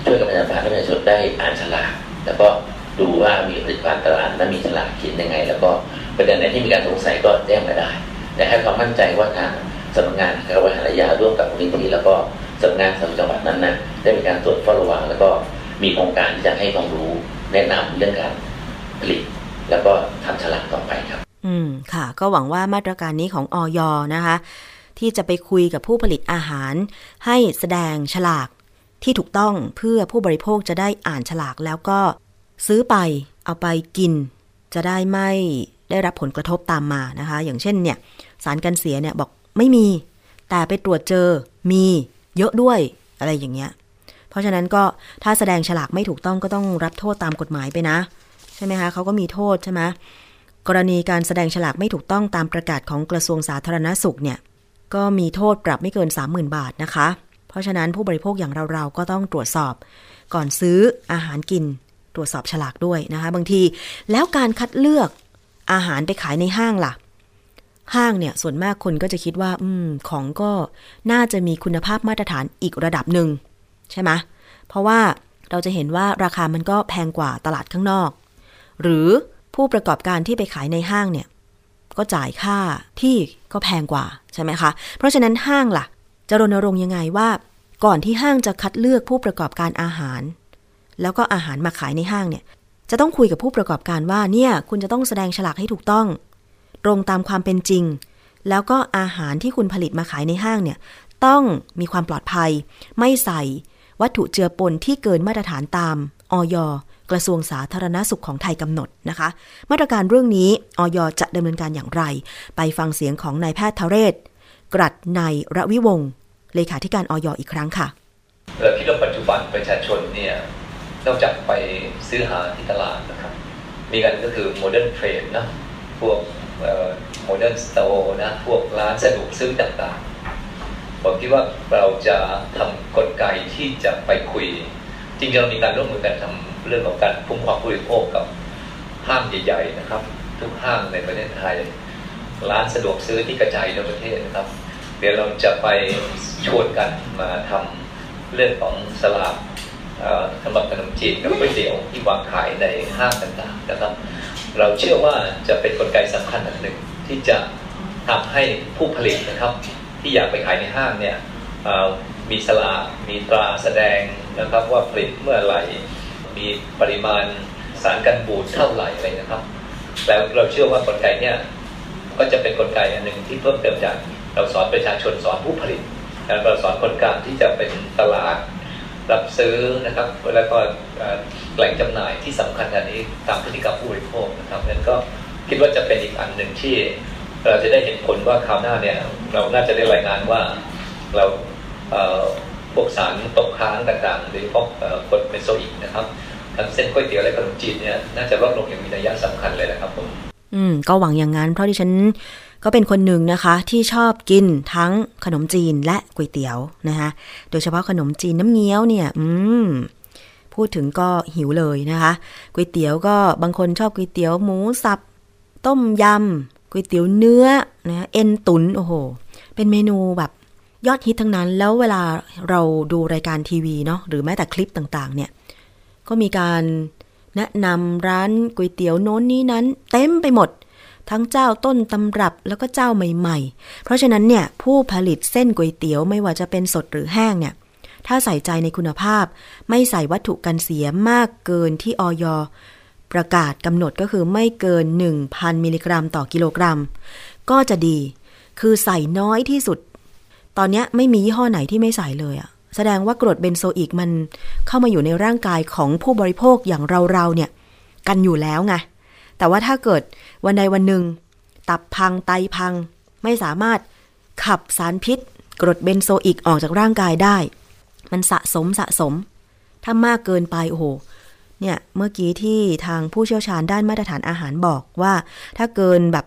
ช่วยกับประชาสัมพันธ์ให้ประชาชนได้อ่านฉลากแล้วก็ดูว่ามีผลิตภัณฑ์ตลาดนั้นมีฉลากเขียนยังไงแล้วก็ประเด็นไหนที่มีการสงสัยก็แจ้งมาได้แต่ให้ความมั่นใจว่าทางสำนักงานการบริหารยาร่วมกับมูลนิธิแล้วก็สำนักงานจังหวัดนั้นนะได้มีการตรวจเฝ้าระวังแล้วก็มีโครงการที่จะให้ความรู้แนะนำเรื่องการผลิตแล้วก็ทำฉลากต่อไปครับค่ะก็หวังว่ามาตรการนี้ของอย.นะคะที่จะไปคุยกับผู้ผลิตอาหารให้แสดงฉลากที่ถูกต้องเพื่อผู้บริโภคจะได้อ่านฉลากแล้วก็ซื้อไปเอาไปกินจะได้ไม่ได้รับผลกระทบตามมานะคะอย่างเช่นเนี่ยสารกันเสียเนี่ยบอกไม่มีแต่ไปตรวจเจอมีเยอะด้วยอะไรอย่างเงี้ยเพราะฉะนั้นก็ถ้าแสดงฉลากไม่ถูกต้องก็ต้องรับโทษตามกฎหมายไปนะใช่ไหมคะเขาก็มีโทษใช่ไหมกรณีการแสดงฉลากไม่ถูกต้องตามประกาศของกระทรวงสาธารณสุขเนี่ยก็มีโทษปรับไม่เกิน 30,000 บาทนะคะเพราะฉะนั้นผู้บริโภคอย่างเราก็ต้องตรวจสอบก่อนซื้ออาหารกินตรวจสอบฉลากด้วยนะคะบางทีแล้วการคัดเลือกอาหารไปขายในห้างล่ะห้างเนี่ยส่วนมากคนก็จะคิดว่าของก็น่าจะมีคุณภาพมาตรฐานอีกระดับหนึ่งใช่ไหมเพราะว่าเราจะเห็นว่าราคามันก็แพงกว่าตลาดข้างนอกหรือผู้ประกอบการที่ไปขายในห้างเนี่ยก็จ่ายค่าที่ก็แพงกว่าใช่ไหมคะเพราะฉะนั้นห้างล่ะจะรณรงค์ยังไงว่าก่อนที่ห้างจะคัดเลือกผู้ประกอบการอาหารแล้วก็อาหารมาขายในห้างเนี่ยจะต้องคุยกับผู้ประกอบการว่าเนี่ยคุณจะต้องแสดงฉลากให้ถูกต้องตรงตามความเป็นจริงแล้วก็อาหารที่คุณผลิตมาขายในห้างเนี่ยต้องมีความปลอดภัยไม่ใส่วัตถุเจือปนที่เกินมาตรฐานตามอย.กระทรวงสาธารณสุขของไทยกำหนดนะคะมาตรการเรื่องนี้อย.จะดำเนินการอย่างไรไปฟังเสียงของนายแพทย์ทเรศกรัตน์ในระวิวงศ์เลขาธิการอย.อีกครั้งค่ะคิดว่าปัจจุบันประชาชนเนี่ยนอกจากไปซื้อหาที่ตลาดนะครับมีกันก็คือโมเดิร์นเทรดนะพวกโมเดิร์นสโตร์นะพวกร้านสะดวกซื้อต่างๆผมคิดว่าเราจะทำกลไกที่จะไปคุยจริงๆเรามีการร่วมมือกันทำเรื่องของการคุ้มครองผู้บริโภคกับห้างใหญ่ๆนะครับทุกห้างในประเทศไทยร้านสะดวกซื้อที่กระจายในประเทศนะครับเดี๋ยวเราจะไปชวนกันมาทำเรื่องของสลากสำหรับขนมจีนกับก๋วยเตี๋ยวที่วางขายในห้างต่างๆนะครับเราเชื่อว่าจะเป็นกลไกสำคัญอันหนึ่งที่จะทำให้ผู้ผลิตนะครับที่อยากไปขายในห้างเนี่ยมีสลากมีตราแสดงนะครับว่าผลิตเมื่อไหร่มีปริมาณสารกันบูดเท่าไหร่อะไรนะครับแล้วเราเชื่อว่ากลไกเนี่ยก็จะเป็นกลไกอันหนึ่งที่เพิ่มเติมจากเราสอนประชาชนสอนผู้ผลิตแล้วเราสอนคนกลางที่จะเป็นตลาดรับซื้อนะครับแล้วก็แหล่งจำหน่ายที่สำคัญอันนี้ตามพฤติกรรมผู้บริโภคนะครับนั้นก็คิดว่าจะเป็นอีกอันหนึ่งที่เราจะได้เห็นผลว่าคราวหน้าเนี่ยเราน่าจะได้รายงานว่าเราพวกสารตกค้างต่างๆโดยเฉพาะกรดเบนโซอิกนะครับทั้งเส้นก๋วยเตี๋ยวและขนมจีนเนี่ยน่าจะลดลงอย่างมีนัยสำคัญเลยนะครับผมก็หวังอย่างนั้นเพราะดิฉันก็เป็นคนหนึ่งนะคะที่ชอบกินทั้งขนมจีนและก๋วยเตี๋ยวนะคะโดยเฉพาะขนมจีนน้ำเงี้ยวเนี่ยพูดถึงก็หิวเลยนะคะก๋วยเตี๋ยวก็บางคนชอบก๋วยเตี๋ยวหมูสับต้มยำก๋วยเตี๋ยวเนื้อนะเอ็นตุ๋นโอ้โหเป็นเมนูแบบยอดฮิตทั้งนั้นแล้วเวลาเราดูรายการทีวีเนาะหรือแม้แต่คลิปต่างๆเนี่ยก็มีการแนะนำร้านก๋วยเตี๋ยวโน้นนี้นั้นเต็มไปหมดทั้งเจ้าต้นตำรับแล้วก็เจ้าใหม่ๆเพราะฉะนั้นเนี่ยผู้ผลิตเส้นก๋วยเตี๋ยวไม่ว่าจะเป็นสดหรือแห้งเนี่ยถ้าใส่ใจในคุณภาพไม่ใส่วัตถุกันเสียมากเกินที่อย.ประกาศกำหนดก็คือไม่เกิน 1,000 มิลลิกรัมต่อกิโลกรัมก็จะดีคือใส่น้อยที่สุดตอนนี้ไม่มียี่ห้อไหนที่ไม่ใส่เลยอ่ะแสดงว่ากรดเบนโซอิกมันเข้ามาอยู่ในร่างกายของผู้บริโภคอย่างเราเนี่ยกันอยู่แล้วไงแต่ว่าถ้าเกิดวันใดวันหนึ่งตับพังไตพังไม่สามารถขับสารพิษกรดเบนโซอิกออกจากร่างกายได้มันสะสมถ้ามากเกินไปโอ้โหเนี่ยเมื่อกี้ที่ทางผู้เชี่ยวชาญด้านมาตรฐานอาหารบอกว่าถ้าเกินแบบ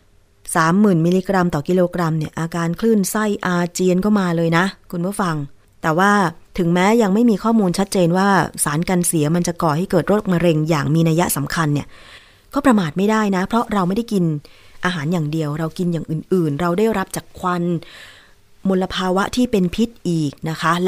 30,000 มิลลิกรัมต่อกิโลกรัมเนี่ยอาการคลื่นไส้อาเจียนก็มาเลยนะคุณผู้ฟังแต่ว่าถึงแม้ยังไม่มีข้อมูลชัดเจนว่าสารกันเสียมันจะก่อให้เกิดโรคมะเร็งอย่างมีนัยสำคัญเนี่ยก็ประมาทไม่ได้นะเพราะเราไม่ได้กินอาหารอย่างเดียวเรากินอย่างอื่นๆเราได้รับจากควันมลภาวะที่เป็นพิษอีกนะคะแล้ว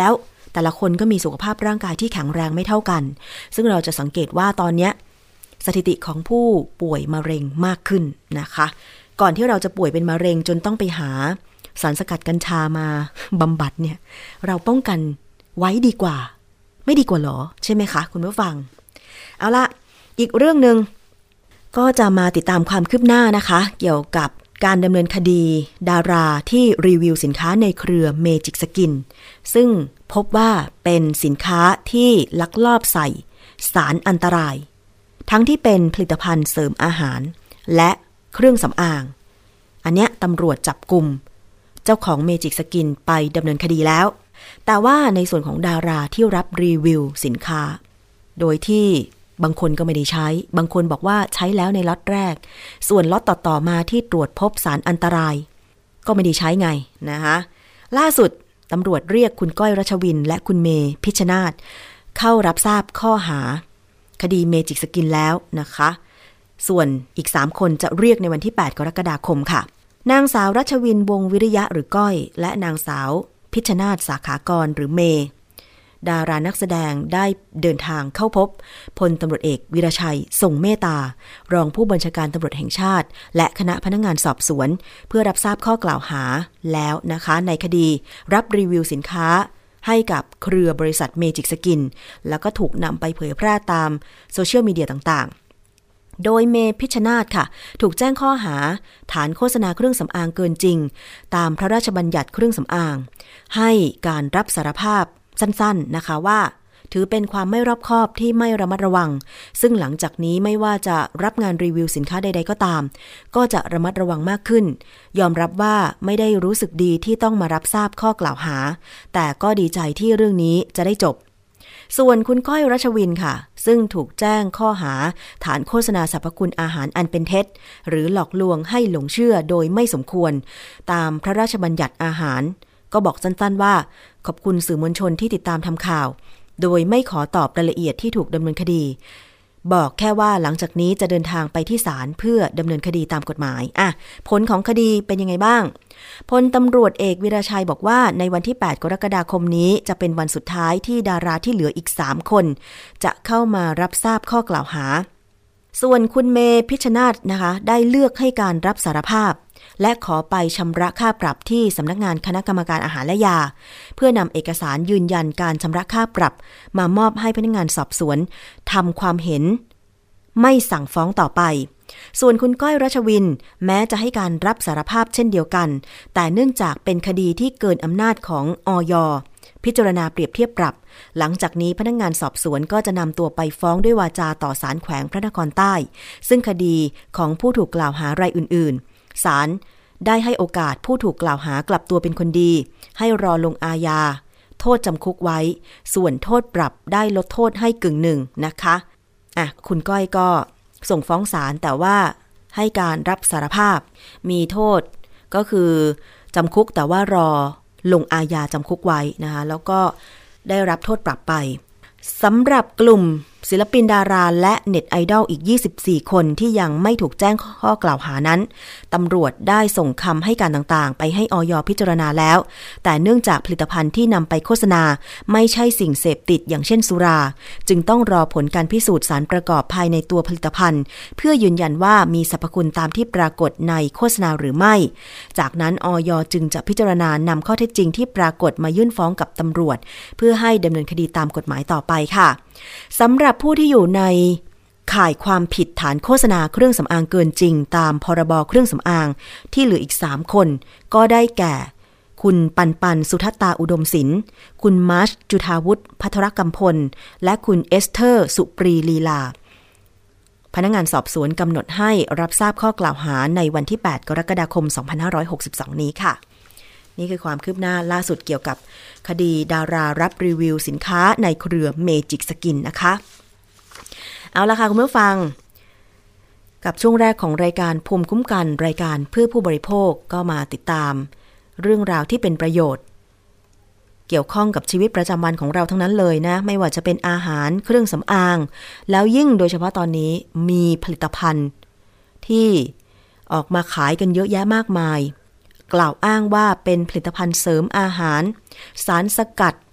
แต่ละคนก็มีสุขภาพร่างกายที่แข็งแรงไม่เท่ากันซึ่งเราจะสังเกตว่าตอนนี้สถิติของผู้ป่วยมะเร็งมากขึ้นนะคะก่อนที่เราจะป่วยเป็นมะเร็งจนต้องไปหาสารสกัดกัญชามาบำบัดเนี่ยเราป้องกันไว้ดีกว่าไม่ดีกว่าหรอใช่ไหมคะคุณผู้ฟังเอาละอีกเรื่องนึงก็จะมาติดตามความคืบหน้านะคะเกี่ยวกับการดำเนินคดีดาราที่รีวิวสินค้าในเครือเมจิกสกินซึ่งพบว่าเป็นสินค้าที่ลักลอบใส่สารอันตรายทั้งที่เป็นผลิตภัณฑ์เสริมอาหารและเครื่องสำอางอันเนี้ยตำรวจจับกุมเจ้าของเมจิกสกินไปดำเนินคดีแล้วแต่ว่าในส่วนของดาราที่รับรีวิวสินค้าโดยที่บางคนก็ไม่ได้ใช้บางคนบอกว่าใช้แล้วในล็อตแรกส่วนล็อตต่อๆมาที่ตรวจพบสารอันตรายก็ไม่ได้ใช้ไงนะคะล่าสุดตำรวจเรียกคุณก้อยรัชวินและคุณเมย์พิชชนาธิ์เข้ารับทราบข้อหาคดีเมจิกสกินแล้วนะคะส่วนอีก3คนจะเรียกในวันที่8กรกฎาคมค่ะนางสาวรัชวินวงศ์วิริยะหรือก้อยและนางสาวพิชชนาธิ์สาขากรหรือเมย์ดารานักแสดงได้เดินทางเข้าพบพลตำรวจเอกวีรชัยทรงเมตตารองผู้บัญชาการตำรวจแห่งชาติและคณะพนักงานสอบสวนเพื่อรับทราบข้อกล่าวหาแล้วนะคะในคดีรับรีวิวสินค้าให้กับเครือบริษัทเมจิกสกินแล้วก็ถูกนำไปเผยแพร่ตามโซเชียลมีเดียต่างๆโดยเมพิชชนาธิ์ค่ะถูกแจ้งข้อหาฐานโฆษณาเครื่องสำอางเกินจริงตามพระราชบัญญัติเครื่องสำอางให้การรับสารภาพสั้นๆนะคะว่าถือเป็นความไม่รอบคอบที่ไม่ระมัดระวังซึ่งหลังจากนี้ไม่ว่าจะรับงานรีวิวสินค้าใดๆก็ตามก็จะระมัดระวังมากขึ้นยอมรับว่าไม่ได้รู้สึกดีที่ต้องมารับทราบข้อกล่าวหาแต่ก็ดีใจที่เรื่องนี้จะได้จบส่วนคุณก้อยรัชวินค่ะซึ่งถูกแจ้งข้อหาฐานโฆษณาสรรพคุณอาหารอันเป็นเท็จหรือหลอกลวงให้หลงเชื่อโดยไม่สมควรตามพระราชบัญญัติอาหารก็บอกสั้นๆว่าขอบคุณสื่อมวลชนที่ติดตามทำข่าวโดยไม่ขอตอบรายละเอียดที่ถูกดำเนินคดีบอกแค่ว่าหลังจากนี้จะเดินทางไปที่ศาลเพื่อดำเนินคดีตามกฎหมายผลของคดีเป็นยังไงบ้างพลตำรวจเอกวีรชัยบอกว่าในวันที่8กรกฎาคมนี้จะเป็นวันสุดท้ายที่ดาราที่เหลืออีก3คนจะเข้ามารับทราบข้อกล่าวหาส่วนคุณเมพิชชนาธิ์นะคะได้เลือกให้การรับสารภาพและขอไปชำระค่าปรับที่สำนักงานคณะกรรมการอาหารและยาเพื่อนำเอกสารยืนยันการชำระค่าปรับมามอบให้พนักงานสอบสวนทำความเห็นไม่สั่งฟ้องต่อไปส่วนคุณก้อยรัชวินแม้จะให้การรับสารภาพเช่นเดียวกันแต่เนื่องจากเป็นคดีที่เกินอำนาจของอย.พิจารณาเปรียบเทียบปรับหลังจากนี้พนักงานสอบสวนก็จะนำตัวไปฟ้องด้วยวาจาต่อศาลแขวงพระนครใต้ซึ่งคดีของผู้ถูกกล่าวหารายอื่นๆศาลได้ให้โอกาสผู้ถูกกล่าวหากลับตัวเป็นคนดีให้รอลงอาญาโทษจำคุกไว้ส่วนโทษปรับได้ลดโทษให้กึ่งหนึ่งนะคะคุณก้อยก็ส่งฟ้องศาลแต่ว่าให้การรับสารภาพมีโทษก็คือจำคุกแต่ว่ารอลงอาญาจำคุกไว้นะคะแล้วก็ได้รับโทษปรับไปสำหรับกลุ่มศิลปินดาราและเน็ตไอดอลอีก24คนที่ยังไม่ถูกแจ้งข้อกล่าวหานั้นตำรวจได้ส่งคำให้การต่างๆไปให้อย.พิจารณาแล้วแต่เนื่องจากผลิตภัณฑ์ที่นำไปโฆษณาไม่ใช่สิ่งเสพติดอย่างเช่นสุราจึงต้องรอผลการพิสูจน์สารประกอบภายในตัวผลิตภัณฑ์เพื่อยืนยันว่ามีสรรพคุณตามที่ปรากฏในโฆษณาหรือไม่จากนั้นอย.จึงจะพิจารณานำข้อเท็จจริงที่ปรากฏมายื่นฟ้องกับตำรวจเพื่อให้ดำเนินคดีตามกฎหมายต่อไปค่ะสำหรับผู้ที่อยู่ในข่ายความผิดฐานโฆษณาเครื่องสำอางเกินจริงตามพรบเครื่องสำอางที่เหลืออีก3คนก็ได้แก่คุณปันสุทัตตาอุดมศิลป์คุณมาร์ชจุฑาวุฒิภัทรกำพลและคุณเอสเธอร์สุปรีลีลาพนักงานสอบสวนกำหนดให้รับทราบข้อกล่าวหาในวันที่8กรกฎาคม2562นี้ค่ะนี่คือความคืบหน้าล่าสุดเกี่ยวกับคดีดารารับรีวิวสินค้าในเครือเมจิกสกินนะคะเอาล่ะค่ะคุณผู้ฟังกับช่วงแรกของรายการภูมิคุ้มกันรายการเพื่อผู้บริโภคก็มาติดตามเรื่องราวที่เป็นประโยชน์เกี่ยวข้องกับชีวิตประจำวันของเราทั้งนั้นเลยนะไม่ว่าจะเป็นอาหารเครื่องสำอางแล้วยิ่งโดยเฉพาะตอนนี้มีผลิตภัณฑ์ที่ออกมาขายกันเยอะแยะมากมายกล่าวอ้างว่าเป็นผลิตภัณฑ์เสริมอาหารสารสกัด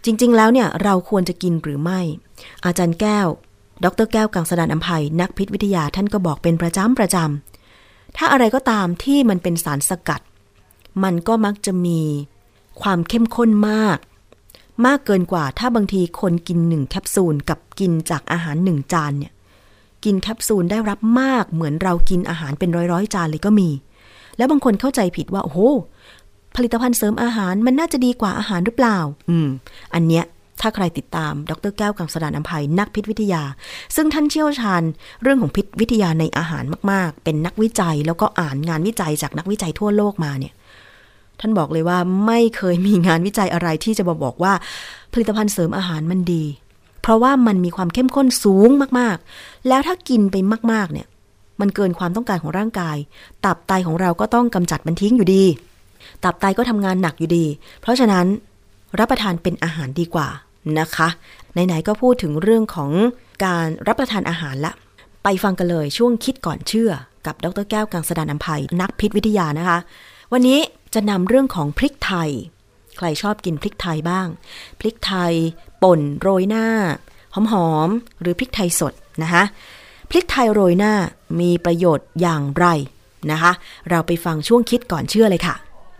จริงๆแล้วเนี่ยเราควรจะกินหรือไม่อาจารย์แก้วดร.แก้วกังสดาลอำไพนักพิษวิทยาท่านก็บอกเป็นประจำถ้าอะไรก็ตามที่มันเป็นสารสกัดมันก็มักจะมีความเข้มข้นมากเกินกว่าถ้าบางทีคนกิน1แคปซูลกับกินจากอาหาร1จานเนี่ยกินแคปซูลได้รับมากเหมือนเรากินอาหารเป็นร้อยๆจานเลยก็มีแล้วบางคนเข้าใจผิดว่าโอ้โหผลิตภัณฑ์เสริมอาหารมันน่าจะดีกว่าอาหารหรือเปล่าอันเนี้ยถ้าใครติดตามดร.แก้วกังสดาลอำไพนักพิษวิทยาซึ่งท่านเชี่ยวชาญเรื่องของพิษวิทยาในอาหารมากๆเป็นนักวิจัยแล้วก็อ่านงานวิจัยจากนักวิจัยทั่วโลกมาเนี่ยท่านบอกเลยว่าไม่เคยมีงานวิจัยอะไรที่จะบอกว่าผลิตภัณฑ์เสริมอาหารมันดีเพราะว่ามันมีความเข้มข้นสูงมากๆแล้วถ้ากินไปมากๆเนี่ยมันเกินความต้องการของร่างกายตับไตของเราก็ต้องกำจัดมันทิ้งอยู่ดีตับไตก็ทำงานหนักอยู่ดีเพราะฉะนั้นรับประทานเป็นอาหารดีกว่านะคะไหนๆก็พูดถึงเรื่องของการรับประทานอาหารละไปฟังกันเลยช่วงคิดก่อนเชื่อกับดร.แก้วกังสดาลอำไพนักพิษวิทยานะคะวันนี้จะนำเรื่องของพริกไทยใครชอบกินพริกไทยบ้างพริกไทยป่นโรยหน้าหอมๆหรือพริกไทยสดนะคะพริกไทยโรยหน้ามีประโยชน์อย่างไรนะคะเราไปฟังช่วงคิดก่อนเชื่อเลยค่ะ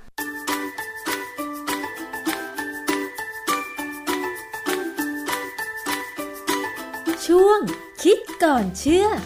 ช่วงคิดก่อนเชื่อ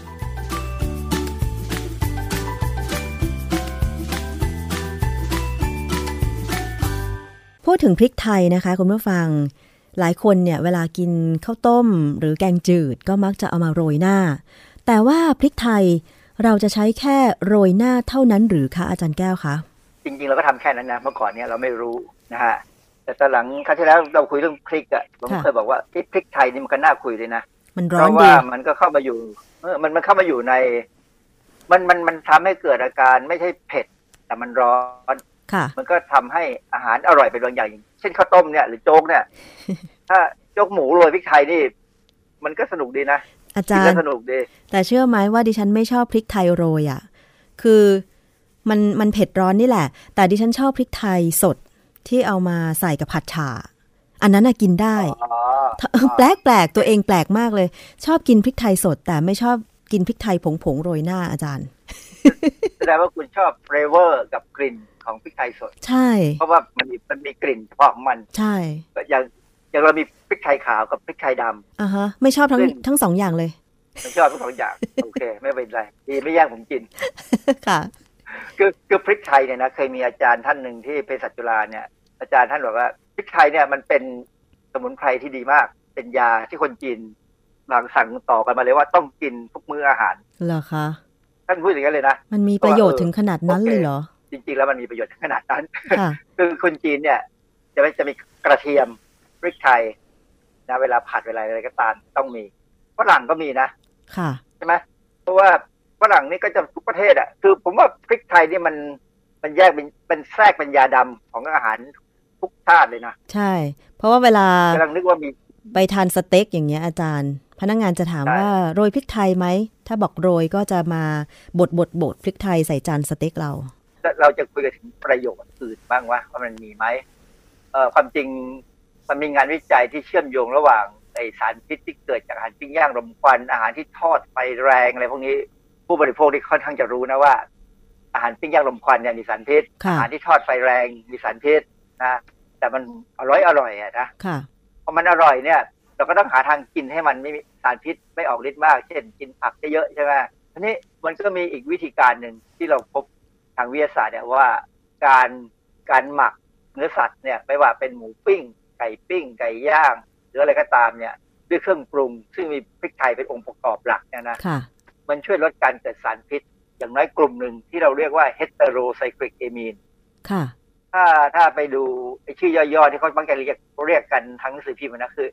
พูดถึงพริกไทยนะคะคุณผู้ฟังหลายคนเนี่ยเวลากินข้าวต้มหรือแกงจืดก็มักจะเอามาโรยหน้าแต่ว่าพริกไทยเราจะใช้แค่โรยหน้าเท่านั้นหรือคะอาจารย์แก้วคะจริงๆเราก็ทำแค่นั้นนะเมื่อก่อนเนี่ยเราไม่รู้นะฮะแต่ตอนหลังครั้งที่แล้วเราคุยเรื่องพริกอ่ะผมเคยบอกว่าพริกไทยนี่มันก็น่าคุยเลยนะมันร้อนดีเพราะว่ามันก็เข้ามาอยู่มันเข้ามาอยู่ในมันทำให้เกิดอาการไม่ใช่เผ็ดแต่มันร้อนมันก็ทำให้อาหารอร่อยเป็นบางอย่างเช่นข้าวต้มเนี่ยหรือโจ๊กเนี่ย ถ้าโจ๊กหมูโรยพริกไทยนี่มันก็สนุกดีนะอาจารย์สนุกดีแต่เชื่อไหมว่าดิฉันไม่ชอบพริกไทยโรยอ่ะคือมันเผ็ดร้อนนี่แหละแต่ดิฉันชอบพริกไทยสดที่เอามาใส่กับผัดฉ่าอันนั้นน่ะกินได้แปลกตัวเองแปลกมากเลยชอบกินพริกไทยสดแต่ไม่ชอบกินพริกไทยผงโรยหน้าอาจารย์แสดงว่าคุณชอบเฟลเวอร์กับกลิ่นของพริกไทยสดใช่เพราะว่ามันมีกลิ่นเฉพาะของมันใช่อย่างเรามีพริกไทยขาวกับพริกไทยดำฮะไม่ชอบทั้งสองอย่างเลยไม่ชอบทั้งสองอย่างโอเคไม่เป็นไรดีไม่แย่งผมกินค่ะคือพริกไทยเนี่ยนะเคยมีอาจารย์ท่านหนึ่งที่เภสัชจุฬาเนี่ยอาจารย์ท่านบอกว่าพริกไทยเนี่ยมันเป็นสมุนไพรที่ดีมากเป็นยาที่คนจีนสั่งต่อกันมาเลยว่าต้องกินทุกมื้ออาหารเหรอคะท่านพูดอย่างนั้นเลยนะมันมีประโยชน์ถึงขนาดนั้นเลยเหรอจริงๆแล้วมันมีประโยชน์ถึงขนาดนั้นคือคนจีนเนี่ยจะมีกระเทียมพริกไทยนะเวลาผัดเวลาอะไรก็ตามต้องมีฝรั่งก็มีนะค่ะใช่ไหมเพราะว่าฝรั่งนี่ก็จะทุกประเทศอ่ะคือผมว่าพริกไทยนี่มันแยกเป็นแทรกเป็นยาดำของอาหารทุกชาติเลยนะใช่เพราะว่าเวลากำลังนึกว่ามีไปทานสเต็กอย่างเงี้ยอาจารย์พนักงานจะถามว่าโรยพริกไทยไหมถ้าบอกโรยก็จะมาบดพริกไทยใส่จานสเต็กเราจะคุยกันถึงประโยชน์อื่นบ้างว่ามันมีไหมความจริงมันมีงานวิจัยที่เชื่อมโยงระหว่างไอสารพิษที่เกิดจากอาหารปิ้งย่างรมควันอาหารที่ทอดไฟแรงอะไรพวกนี้ผู้บริโภคที่ค่อนข้างจะรู้นะว่าอาหารปิ้งย่างรมควันเนี่ยมีสารพิษอาหารที่ทอดไฟแรงมีสารพิษนะแต่มันอร่อยอ่ะนะพอมันอร่อยเนี่ยเราก็ต้องหาทางกินให้มันไม่มีสารพิษไม่ออกฤทธิ์มากเช่นกินผักเยอะๆใช่ไหมทีนี้มันก็มีอีกวิธีการหนึ่งที่เราพบทางวิทยาศาสตร์เนี่ยว่าการหมักเนื้อสัตว์เนี่ยไม่ว่าเป็นหมูปิ้งไก่ปิ้งไก่ย่างหรืออะไรก็ตามเนี่ยด้วยเครื่องปรุงซึ่งมีพริกไทยเป็นองค์ประกอบหลักเนี่ยนะมันช่วยลดการเกิดสารพิษอย่างน้อยกลุ่มหนึ่งที่เราเรียกว่า heterocyclic amine ค่ะถ้าไปดูชื่อย่อๆที่เขาบางแกเรียกกันทั้งหนังสือพิมพ์นะคือ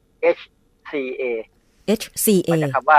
HCA มาจากคำว่า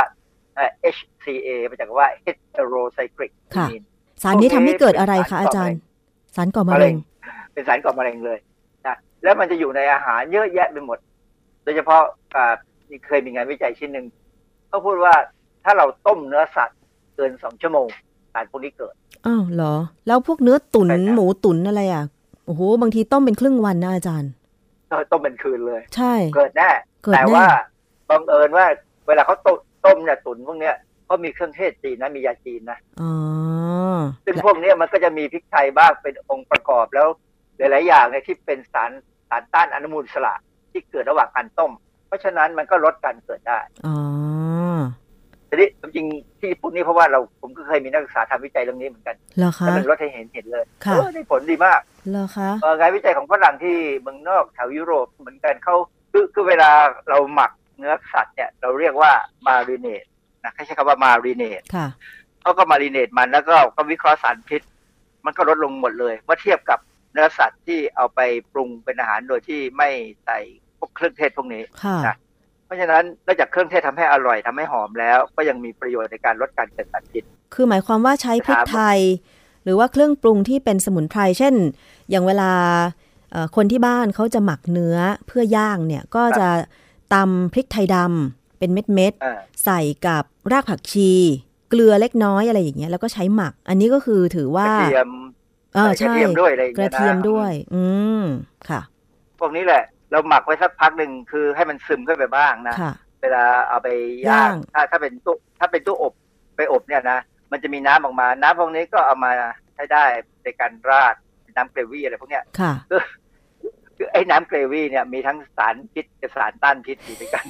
HCA มาจากว่า heterocyclic amine สารนี้ทำให้เกิดอะไรคะอาจารย์สารก่อมะเร็งเป็นสารก่อมะเร็งเลยนะแล้วมันจะอยู่ในอาหารเยอะแยะไปหมดโดยเฉพาะเคยมีงานวิจัยชิ้นหนึ่งเขาพูดว่าถ้าเราต้มเนื้อสัตว์เกิน2 ชั่วโมงสารพวกนี้เกิดอ้าวเหรอแล้วพวกเนื้อตุ๋นหมูตุ๋นอะไรอ่ะโอ้โหบางทีต้มเป็นครึ่งวันนะอาจารย์ต้มเป็นคืนเลยใช่เกิดแน่แต่ว่าบังเอิญว่าเวลาเขาต้มเนี่ยตุ๋นพวกเนี้ยเขามีเครื่องเทศจีนนะมียาจีนนะซึ่งพวกนี้มันก็จะมีพริกไทยบ้างเป็นองค์ประกอบแล้วหลายๆอย่างเนี่ยที่เป็นสารต้านอนุมูลอิสระที่เกิดระหว่างการต้มเพราะฉะนั้นมันก็ลดการเกิดได้ทีนี้จริงที่พูดนี้เพราะว่าผมก็เคยมีนักศึกษาทำวิจัยเรื่องนี้เหมือนกันเหรอคะมันลดให้เห็นเลยได้ผลดีมากเหรอคะงานวิจัยของฝรั่งที่เมืองนอกแถวยุโรปเหมือนกันเขาคือเวลาเราหมักเนื้อสัตว์เนี่ยเราเรียกว่ามารีเนตนะใช้คำว่ามารีเนตเขาก็มารีเนตมันแล้วก็วิเคราะห์สารพิษมันก็ลดลงหมดเลยเมื่อเทียบกับเนื้อสัตว์ที่เอาไปปรุงเป็นอาหารโดยที่ไม่ใส่พวกเครื่องเทศพวกนี้นะเพราะฉะนั้นนอกจากเครื่องเทศทำให้อร่อยทำให้หอมแล้วก็ยังมีประโยชน์ในการลดการเกิดสารพิษคือหมายความว่าใช้พริกไทยหรือว่าเครื่องปรุงที่เป็นสมุนไพรเช่นอย่างเวลาคนที่บ้านเขาจะหมักเนื้อเพื่อย่างเนี่ยก็จะตำพริกไทยดำเป็นเม็ดๆใส่กับรากผักชีเกลือเล็กน้อยอะไรอย่างเงี้ยแล้วก็ใช้หมักอันนี้ก็คือถือว่ากระเทียมใช่ด้วยอะไรกระเทียมด้วยค่ะพวกนี้แหละเราหมักไว้สักพักหนึ่งคือให้มันซึมเข้าไปบ้างนะเวลาเอาไปย่างถ้าเป็นตู้อบไปอบเนี่ยนะมันจะมีน้ำออกมาน้ำพวกนี้ก็เอามาใช้ได้ในการราดน้ำเกรวี่อะไรพวกเนี้ยคือไอ้น้ำเกรวี่เนี่ยมีทั้งสารพิษกับสารต้านพิษอยู่ด้วยกัน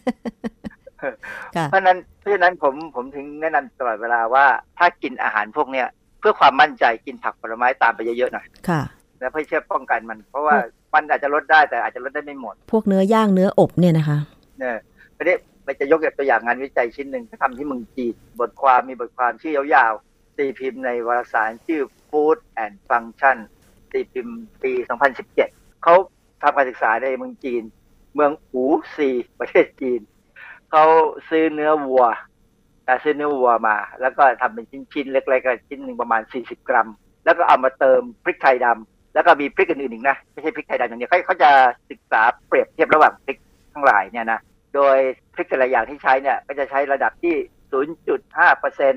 เพราะฉะนั้นผมถึงแนะนำตลอดเวลาว่าถ้ากินอาหารพวกเนี้ยเพื่อความมั่นใจกินผักผลไม้ตามไปเยอะๆหน่อยแล้วเพื่อเชื่อป้องกันมันเพราะว่ามันอาจจะลดได้แต่อาจจะลดได้ไม่หมดพวกเนื้อย่างเนื้ออบเนี่ยนะคะเนี่ยไม่ได้มันจะยกตัวอย่างงานวิจัยชิ้นหนึ่งที่ทำที่เมืองจีนบทความชื่อยาวๆตีพิมพ์ในวารสารชื่อ Food and Function ตีพิมพ์ปี 2017 เขาทำการศึกษาในเมืองจีนเมืองอู่ซีประเทศจีนเขาซื้อเนื้อวัวมาแล้วก็ทำเป็นชิ้นๆเล็กๆชิ้นหนึ่งประมาณ40 กรัมแล้วก็เอามาเติมพริกไทยดำแล้วก็มีพริกอื่นๆอีกนะไม่ใช่พริกไทยดำอย่างเดียวเขาจะศึกษาเปรียบเทียบระหว่างพริกทั้งหลายเนี่ยนะโดยพริกแต่ละอย่างที่ใช้เนี่ยก็จะใช้ระดับที่ 0.5%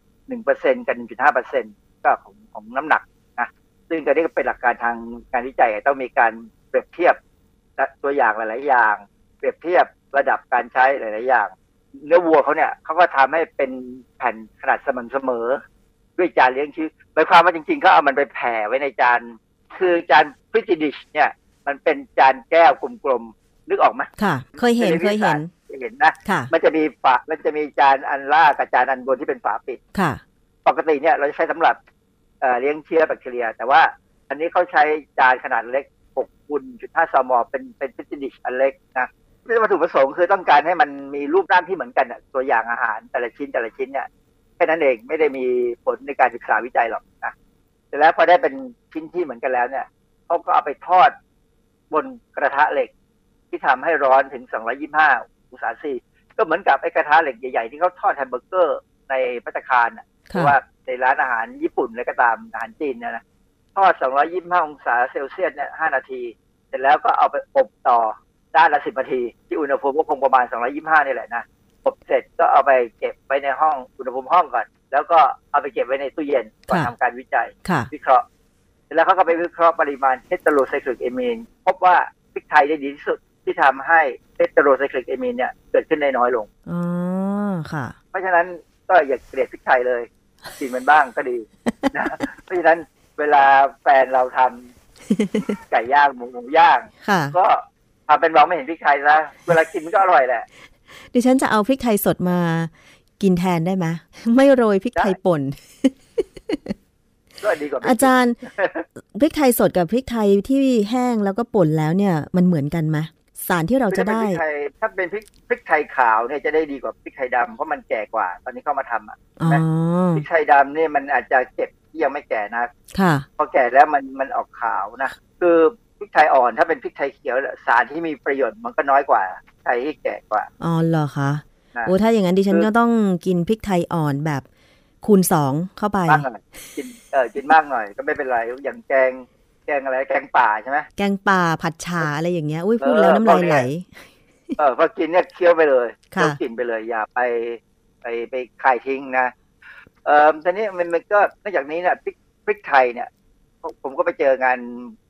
1% กับ 1.5% ก็ของน้ำหนักนะซึ่งก็นี่ก็เป็นหลักการทางการวิจัยต้องมีการเปรียบเทียบตัวอย่างหลายๆอย่างเปรียบเทียบระดับการใช้หลายๆอย่างเนื้อวัวเขาเนี่ยเขาก็ทำให้เป็นแผ่นขนาดสม่ำเสมอด้วยจานเลี้ยงชีพหมายความว่าจริงๆเขาเอามันไปแผ่ไว้ในจานคือจานพริตติดิชเนี่ยมันเป็นจานแก้วกลมๆนึกออกไหมค่ะเคยเห็นนะมันจะมีจานอันล่างกับจานอันบนที่เป็นฝาปิดค่ะปกติเนี่ยเราจะใช้สำหรับเลี้ยงเชื้อแบคทีเรียแต่ว่าอันนี้เขาใช้จานขนาดเล็ก6x5 ซมเป็นพริตติดิชอันเล็กนะวัตถุประสงค์คือต้องการให้มันมีรูปร่างที่เหมือนกันตัวอย่างอาหารแต่ละชิ้นเนี่ยแค่นั้นเองไม่ได้มีผลในการศึกษาวิจัยหรอกนะแต่แล้วพอได้เป็นชิ้นที่เหมือนกันแล้วเนี่ยเขาก็เอาไปทอดบนกระทะเหล็กที่ทำให้ร้อนถึง225องศาเซลเซียสก็เหมือนกับไอ้กระทะเหล็กใหญ่ๆที่เขาทอดแฮมเบอร์เกอร์ในภัตตาคารหรือว่าในร้านอาหารญี่ปุ่นอะไรก็ตามอาหารจีนเนี่ยนะทอด225องศาเซลเซียสเนี่ย5 นาทีเสร็จแล้วก็เอาไปอบต่อด้านละ10 นาทีที่อุณหภูมิก็คงประมาณ225นี่แหละนะอบเสร็จก็เอาไปเก็บไว้ในห้องอุณหภูมิห้องก่อนแล้วก็เอาไปเก็บไว้ในตู้เย็นก่อนทำการวิจัยวิเคราะห์เสร็จแล้วเขาก็ไปวิเคราะห์ปริมาณเฮตโรไซคลิกเอมีนพบว่าพริกไทยได้ดีที่สุดที่ทำให้เฮตโรไซคลิกเอมีนเนี่ยเกิดขึ้นได้น้อยลงค่ะเพราะฉะนั้นก็อย่าเกลียดพริกไทยเลยกินมันบ้างก็ดีนะเพราะฉะนั้นเวลาแฟนเราทำไก่ย่างหมูย่างก็ทำเป็นมองไม่เห็นพริกไทยซะเวลากินมันก็อร่อยแหละดิฉันจะเอาพริกไทยสดมากินแทนได้ไหมไม่โรยพริกไทยป่นก็ดีกว่าอาจารย์พริกไทยสดกับพริกไทยที่แห้งแล้วก็ป่นแล้วเนี่ยมันเหมือนกันไหมสารที่เราจะได้ถ้าเป็นพริกไทยขาวเนี่ยจะได้ดีกว่าพริกไทยดำเพราะมันแก่กว่าตอนนี้เข้ามาทำพริกไทยดำเนี่ยมันอาจจะเก็บที่ยังไม่แก่นะพอแก่แล้วมันออกขาวนะคือพริกไทยอ่อนถ้าเป็นพริกไทยเขียวสารที่มีประโยชน์มันก็น้อยกว่าไทยที่แก่กว่าอ๋อเหรอคะโอ้ถ้าอย่างนั้นดิฉันก็ต้องกินพริกไทยอ่อนแบบคูณ2เข้าไปกินมากหน่อยก็ไม่เป็นไรอย่างแกงอะไรแกงป่าใช่ไหมแกงป่าผัดฉ่าอะไรอย่างเงี้ยอุ้ยพูดแล้วน้ำลายไหลพอกินเนี่ยเคี้ยวไปเลยเคี้ยวกินไปเลยอย่าไปคายทิ้งนะทีนี้มันก็นอกจากนี้เนี่ยพริกไทยเนี่ยผมก็ไปเจองาน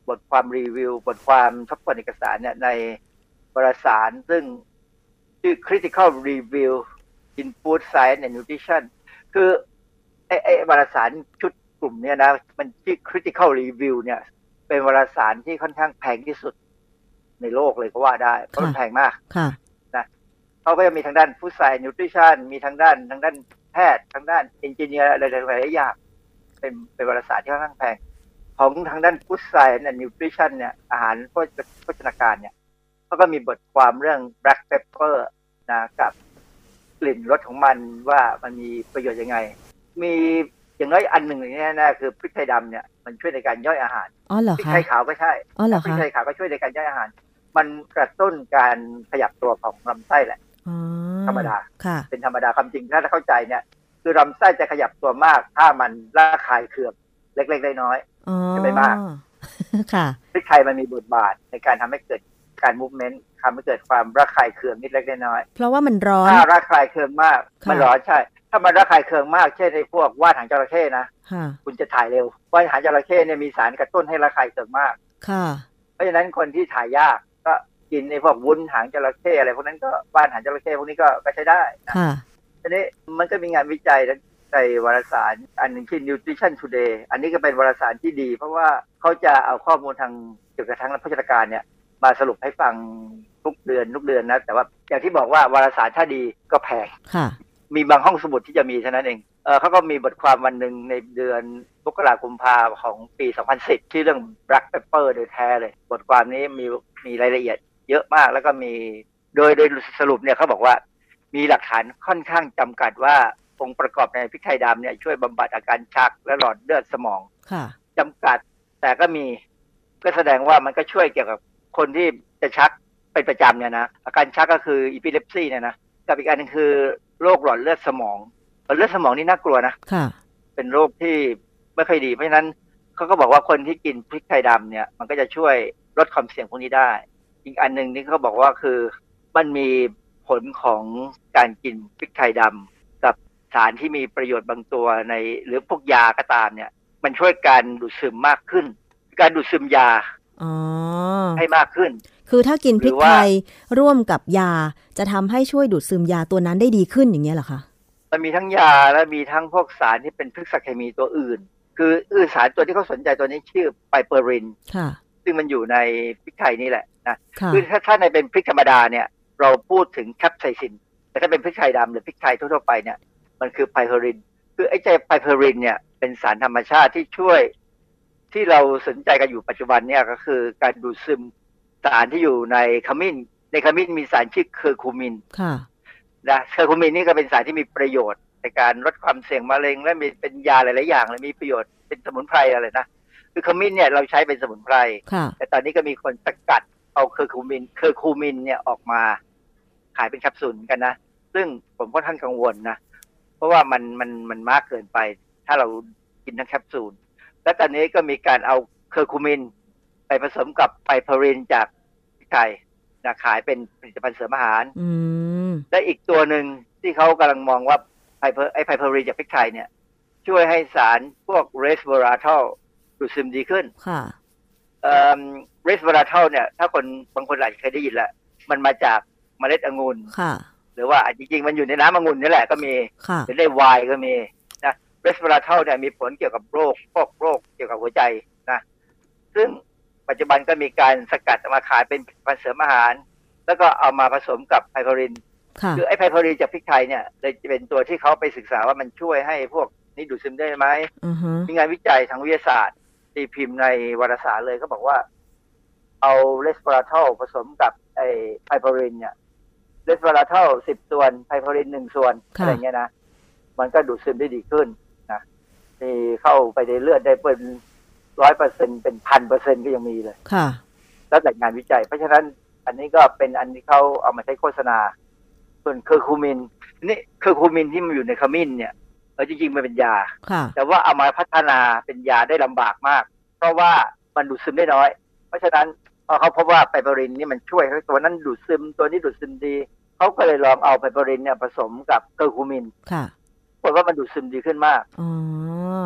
บทความรีวิวบทความทบทวนเอกสารเนี่ยในวารสารซึ่งชื่อ Critical Review in Food Science and Nutrition คือไอ้วารสารชุดกลุ่มเนี่ยนะมันชื่อ Critical Review เนี่ยเป็นวารสารที่ค่อนข้างแพงที่สุดในโลกเลยก็ว่าได้เพราะมันแพงมากนะเขาก็จะมีทางด้าน Food Science Nutrition มีทางด้านแพทย์ทางด้านเอนจิเนียร์อะไรหลายๆอย่างเป็นวารสารที่ค่อนข้างแพงของทางด้าน Food Science and Nutrition เนี่ยอาหารโภชนาการเนี่ยเขาก็มีบทความเรื่อง Black Pepper นะกับกลิ่นรสของมันว่ามันมีประโยชน์ยังไงมีอย่างน้อยอันหนึ่งอย่างนี้แน่ๆคือพริกไทยดำเนี่ยมันช่วยในการย่อยอาหารพริกไทยขาวก็ใช่พริกไทยขาวก็ช่วยในการย่อยอาหารมันกระตุ้นการขยับตัวของลำไส้แหละธรรมดาเป็นธรรมดาความจริงถ้าเข้าใจเนี่ยคือลำไส้จะขยับตัวมากถ้ามันระคายเคืองเล็กๆน้อยๆไม่มากพริกไทยมันมีบทบาทในการทำให้เกิดการมูฟเมนต์ทำให้เกิดความระคายเคืองนิดเล็กน้อยเพราะว่ามันร้อนถ้าระคายเคืองมากมันร้อนใช่ถ้ามันระคายเคืองมากเช่นในพวกว่านหางจระเข้นะคุณจะถ่ายเร็วว่านหางจระเข้เนี่ยมีสารกระตุ้นให้ระคายเคืองมากเพราะฉะนั้นคนที่ถ่ายยากก็กินในพวกวุ้นหางจระเข้อะไรพวกนั้นก็ว่านหางจระเข้พวกนี้ก็ใช้ได้ทีนี้มันก็มีงานวิจัยในวารสารอันหนึ่งชื่อ Nutrition Today อันนี้ก็เป็นวารสารที่ดีเพราะว่าเขาจะเอาข้อมูลทางเกี่ยวกับทางโภชนาการเนี่ยมาสรุปให้ฟังทุกเดือนนะแต่ว่าอย่างที่บอกว่าวารสารถ้าดีก็แพงมีบางห้องสมุดที่จะมีเท่านั้นเองเขาก็มีบทความวันหนึ่งในเดือนมกราคมของปี 2010 ที่เรื่อง Black Pepper โดยแท้เลยบทความนี้มีรายละเอียดเยอะมากแล้วก็มีโดยสรุปเนี่ยเขาบอกว่ามีหลักฐานค่อนข้างจำกัดว่าองค์ประกอบในพริกไทยดำเนี่ยช่วยบำบัดอาการชักและหลอดเลือดสมองจำกัดแต่ก็มีก็แสดงว่ามันก็ช่วยเกี่ยวกับคนที่จะชักเป็นประจำเนี่ยนะอาการชักก็คืออีพิเลปซี่เนี่ยนะกับอีกอันนึงคือโรคหลอดเลือดสมองหลอดเลือดสมองนี่น่ากลัวนะเป็นโรคที่ไม่ค่อยดีเพราะฉะนั้นเขาก็บอกว่าคนที่กินพริกไทยดำเนี่ยมันก็จะช่วยลดความเสี่ยงพวกนี้ได้อีกอันนึงนี่เขาบอกว่าคือมันมีผลของการกินพริกไทยดำกับสารที่มีประโยชน์บางตัวในหรือพวกยาก็ตามเนี่ยมันช่วยการดูดซึมมากขึ้นการดูดซึมยาให้มากขึ้นคือถ้ากินพริกไทยร่วมกับยาจะทำให้ช่วยดูดซึมยาตัวนั้นได้ดีขึ้นอย่างเงี้ยเหรอคะมันมีทั้งยาและมีทั้งพวกสารที่เป็นพฤกษเคมีตัวอื่นคือสารตัวที่เขาสนใจตัวนี้ชื่อไพเปอรินซึ่งมันอยู่ในพริกไทยนี่แหละนะคือถ้าในเป็นพริกธรรมดาเนี่ยเราพูดถึงแคปไซซินแต่ถ้าเป็นพริกไทยดำหรือพริกไทยทั่วๆไปเนี่ยมันคือไพเปอรินคือไอ้ไพเปอรินเนี่ยเป็นสารธรรมชาติที่ช่วยที่เราสนใจกันอยู่ปัจจุบันเนี่ยก็คือการดูดซึมสารที่อยู่ในขมิ้นมีสารชื่อเคอร์คูมินนะเคอร์คูมินนี่ก็เป็นสารที่มีประโยชน์ในการลดความเสี่ยงมะเร็งและมีเป็นยาหลายๆอย่างและมีประโยชน์เป็นสมุนไพรอะไรนะคือขมิ้นเนี่ยเราใช้เป็นสมุนไพรแต่ตอนนี้ก็มีคนสกัดเอาเคอร์คูมินเนี่ยออกมาขายเป็นแคปซูลกันนะซึ่งผมค่อนข้างกังวลนะเพราะว่ามันมากเกินไปถ้าเรากินทั้งแคปซูลและตอนนี้ก็มีการเอาเคอร์คูมินไปผสมกับไพเปอรินจากพริกไทยนะขายเป็นผลิตภัณฑ์เสริมอาหารและอีกตัวหนึ่งที่เขากำลังมองว่าไพเปอรินจากพริกไทยเนี่ยช่วยให้สารพวกเรสเวอราทอลดูดซึมดีขึ้นเรสเวอราทอลเนี่ยถ้าบางคนอาจจะเคยได้ยินแล้วมันมาจากเมล็ดองุ่นหรือว่าจริงๆมันอยู่ในน้ำองุ่นนี่แหละก็มีหรือในไวน์ก็มีนะเรสเวอราทอลเนี่ยมีผลเกี่ยวกับโรคเกี่ยวกับหัวใจนะซึ่งปัจจุบันก็มีการสกัดมาขายเป็นผลิตภัณฑ์เสริมอาหารแล้วก็เอามาผสมกับไพเปอรินคือไอ้ไพเปอรินจากพริกไทยเนี่ยเลยจะเป็นตัวที่เขาไปศึกษาว่ามันช่วยให้พวกนี้ดูดซึมได้ไหมมีงานวิจัยทางวิทยาศาสตร์ตีพิมพ์ในวารสารเลยเขาบอกว่าเอาเรสเวอราทอลผสมกับไอ้ไพเปอรินเนี่ยเรสเวอราทอล10 ส่วนไพเปอริน1 ส่วนอะไรเงี้ยนะมันก็ดูดซึมได้ดีขึ้นนะนี่เข้าไปในเลือดได้เป็น 100% เป็น 1,000% ก็ยังมีเลยแล้วแต่งานวิจัยเพราะฉะนั้นอันนี้ก็เป็นอันที่เขาเอามาใช้โฆษณาส่วนเคอร์คูมินนี่เคอร์คูมินที่มันอยู่ในขมิ้นเนี่ยจริงๆมันเป็นยาแต่ว่าเอามาพัฒนาเป็นยาได้ลำบากมากเพราะว่ามันดูดซึมได้น้อยเพราะฉะนั้นพอเขาพบว่าไพเปอรินนี่มันช่วยให้ตัวนั้นดูดซึมตัวนี้ดูดซึมดีเขาก็เลยลองเอาไพเปอรินเนี่ยผสมกับเคอร์คูมินปรากฏว่ามันดูดซึมดีขึ้นมาก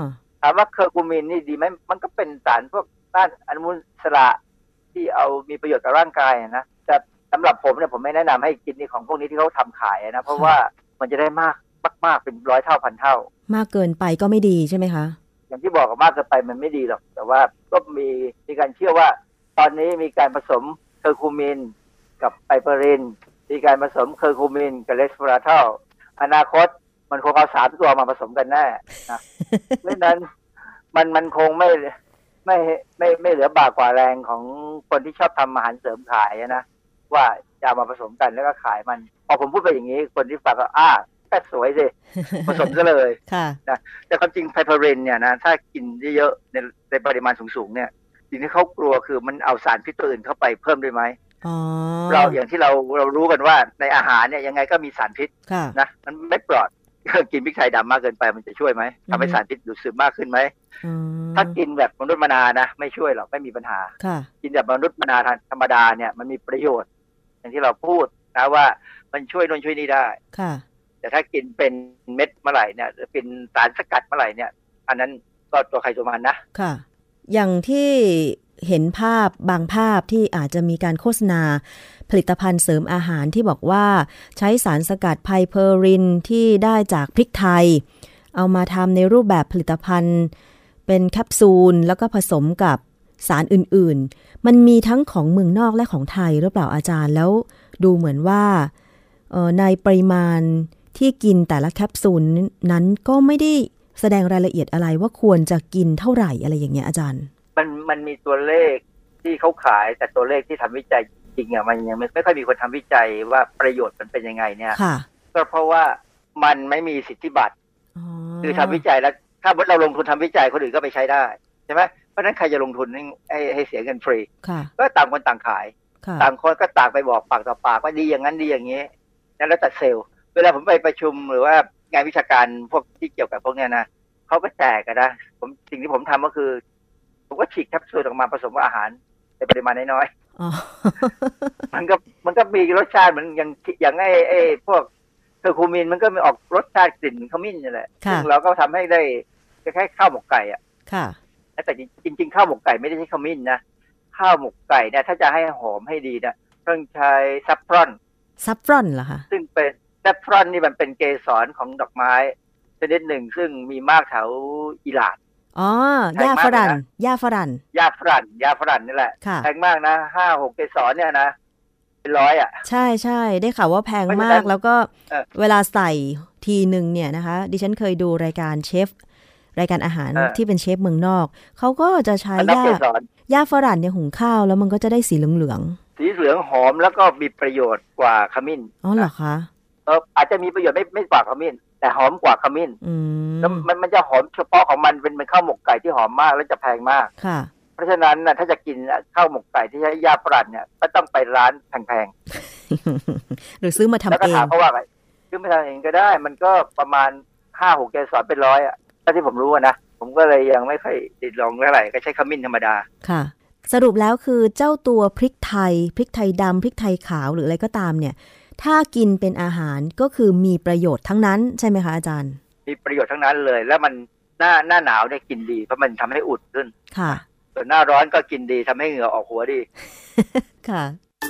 ามว่าเคอร์คูมินนี่ดีไหมมันก็เป็นสารพวกต้านอนุมูลอิสระที่เอามีประโยชน์กับร่างกายนะแต่สำหรับผมเนี่ยผมไม่แนะนำให้กินนี่ของพวกนี้ที่เขาทำขายนะเพราะว่ามันจะได้มากเป็น100 เท่าพันเท่ามากเกินไปก็ไม่ดีใช่ไหมคะอย่างที่บอกมากเกินไปมันไม่ดีหรอกแต่ว่าก็มีการเชื่อว่าตอนนี้มีการผสมเคอร์คูมินกับไพเปอรินมีการผสมเคอร์คูมินกับเลสเวอราทอลอนาคตมันคงเอา3 ตัวมาผสมกันแน่นะเพราะฉะนั้นมันคงไม่เหลือบากกว่าแรงของคนที่ชอบทำอาหารเสริมขายนะว่าจะมาผสมกันแล้วก็ขายมันพอผมพูดไปอย่างนี้คนที่ฟังก็ก็สวยสิผสมซะเลยนะแต่ความจริงไพเปอรินเนี่ยนะถ้ากินเยอะๆในปริมาณสูงๆเนี่ยสิ่งที่เขากลัวคือมันเอาสารพิษตัวอื่นเข้าไปเพิ่มด้วยไหมเราอย่างที่เรารู้กันว่าในอาหารเนี่ยยังไงก็มีสารพิษนะมันไม่ปลอดกินพริกไทยดำมากเกินไปมันจะช่วยไหมทำให้สารพิษดูดซึมมากขึ้นไหมถ้ากินแบบมนุษย์มนานะไม่ช่วยหรอกไม่มีปัญหากินแบบมนุษย์มนาธรรมดาเนี่ยมันมีประโยชน์อย่างที่เราพูดนะว่ามันช่วยโน่นช่วยนี่ได้แต่ถ้ากินเป็นเม็ดเมื่อไหร่เนี่ยหรือเป็นสารสกัดเมื่อไหร่เนี่ยอันนั้นก็ตัวใครตัวมันนะค่ะอย่างที่เห็นภาพบางภาพที่อาจจะมีการโฆษณาผลิตภัณฑ์เสริมอาหารที่บอกว่าใช้สารสกัดไพเปอรินที่ได้จากพริกไทยเอามาทำในรูปแบบผลิตภัณฑ์เป็นแคปซูลแล้วก็ผสมกับสารอื่นๆมันมีทั้งของเมืองนอกและของไทยหรือเปล่าอาจารย์แล้วดูเหมือนว่าในปริมาณที่กินแต่ละแคปซูลนั้นก็ไม่ได้แสดงรายละเอียดอะไรว่าควรจะกินเท่าไหร่อะไรอย่างเงี้ยอาจารย์มันมีตัวเลขที่เขาขายแต่ตัวเลขที่ทำวิจัยจริงมันยังไม่ค่อยมีคนทำวิจัยว่าประโยชน์มันเป็นยังไงเนี่ยก็เพราะว่ามันไม่มีสิทธิบัตรคือทำวิจัยแล้วถ้าเราลงทุนทำวิจัยคนอื่นก็ไปใช้ได้ใช่ไหมเพราะฉะนั้นใครจะลงทุนให้เสียเงินฟรีก็ต่างคนต่างขายต่างคนก็ต่างไปบอกปากต่อปากว่าดีอย่างนั้นดีอย่างนี้แล้วแต่เซลล์เวลาผมไปประชุมหรือว่างานวิชาการพวกที่เกี่ยวกับพวกนี้นะเขาก็แจกกันนะสิ่งที่ผมทำก็คือผมก็ฉีกแคปซูลออกมาผสมกับอาหารในปริมาณน้อยๆมันก็มีรสชาติเหมือนอย่างไอ้พวกเคอร์คูมินมันก็มีออกรสชาติกลิ่นขมิ้นนี่แหละซึ่งเราก็ทำให้ได้คล้ายๆข้าวหมกไก่อ่ะแต่จริงๆข้าวหมกไก่ไม่ได้ใช้ขมิ้นนะข้าวหมกไก่เนี่ยถ้าจะให้หอมให้ดีนะต้องใช้ซัฟฟรอนเหรอคะซึ่งเป็นซัฟฟรอนนี่มันเป็นเกสรของดอกไม้ชนิดหนึ่งซึ่งมีมากแถวอิหร่านหญ้าฝรั่นนี่แหละแพงมากนะ 5-6 เกสรเนี่ยนะเป็น100อ่ะใช่ๆได้ข่าวว่าแพงมากแล้วก็เวลาใส่ทีนึงเนี่ยนะคะดิฉันเคยดูรายการเชฟรายการอาหารที่เป็นเชฟเมืองนอกเขาก็จะใช้หญ้าฝรั่งเนี่ยหุงข้าวแล้วมันก็จะได้สีเหลืองหอมแล้วก็มีประโยชน์กว่าขมิ้นเหรอคะอาจจะมีประโยชน์ไม่กว่าขมิ้นแต่หอมกว่าขมิ้นแล้วมันจะหอมเฉพาะของมันเป็นข้าวหมกไก่ที่หอมมากและจะแพงมากเพราะฉะนั้นถ้าจะกินข้าวหมกไก่ที่ใช้หญ้าฝรั่งเนี่ยก็ต้องไปร้านแพงๆหรือซื้อมาทำเองแล้วก็ถามเขาว่าซื้อมาทำเองก็ได้มันก็ประมาณ 5-6 เกสรเป็น100อ่ะถ้าที่ผมรู้นะผมก็เลยยังไม่ค่อยติดลองเท่าไหร่ก็ใช้ขมิ้นธรรมดาค่ะสรุปแล้วคือเจ้าตัวพริกไทยดำพริกไทยขาวหรืออะไรก็ตามเนี่ยถ้ากินเป็นอาหารก็คือมีประโยชน์ทั้งนั้นใช่ไหมคะอาจารย์มีประโยชน์ทั้งนั้นเลยแล้วมันหน้าหนาวเนี่ยกินดีเพราะมันทำให้อุ่นขึ้นค่ะส่วนหน้าร้อนก็กินดีทำให้เหงื่อออกหัวดีค่ะ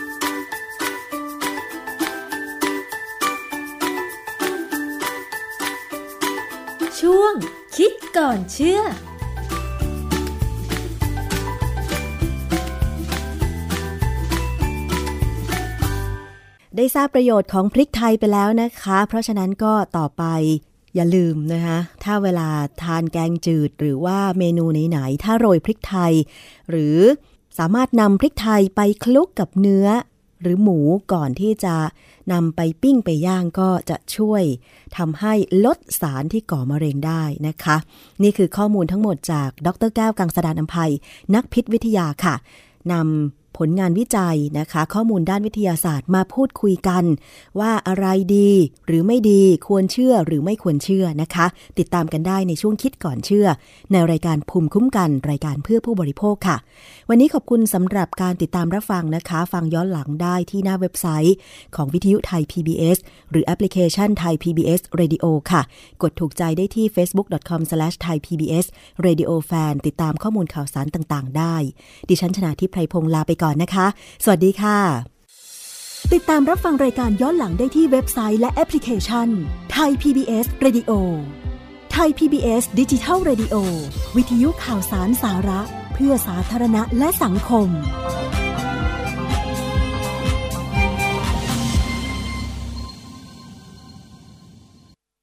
ช่วงคิดก่อนเชื่อได้ทราบประโยชน์ของพริกไทยไปแล้วนะคะเพราะฉะนั้นก็ต่อไปอย่าลืมนะคะถ้าเวลาทานแกงจืดหรือว่าเมนูไหนๆถ้าโรยพริกไทยหรือสามารถนำพริกไทยไปคลุกกับเนื้อหรือหมูก่อนที่จะนำไปปิ้งไปย่างก็จะช่วยทำให้ลดสารที่ก่อมะเร็งได้นะคะนี่คือข้อมูลทั้งหมดจากดร.แก้วกังสดาลอำไพนักพิษวิทยาค่ะนำผลงานวิจัยนะคะข้อมูลด้านวิทยาศาสตร์มาพูดคุยกันว่าอะไรดีหรือไม่ดีควรเชื่อหรือไม่ควรเชื่อนะคะติดตามกันได้ในช่วงคิดก่อนเชื่อในรายการภูมิคุ้มกันรายการเพื่อผู้บริโภคค่ะวันนี้ขอบคุณสำหรับการติดตามรับฟังนะคะฟังย้อนหลังได้ที่หน้าเว็บไซต์ของวิทยุไทย PBS หรือแอปพลิเคชันไทย PBS Radio ค่ะกดถูกใจได้ที่ facebook.com/thaipbsradiofan ติดตามข้อมูลข่าวสารต่างๆได้ดิฉันชนาธิป ไพรพงษ์ลาไปก่อนนะคะสวัสดีค่ะติดตามรับฟังรายการย้อนหลังได้ที่เว็บไซต์และแอปพลิเคชันไทย PBS Radio ไทย PBS Digital Radio วิทยุข่าวสารสาระเพื่อสาธารณะและสังคม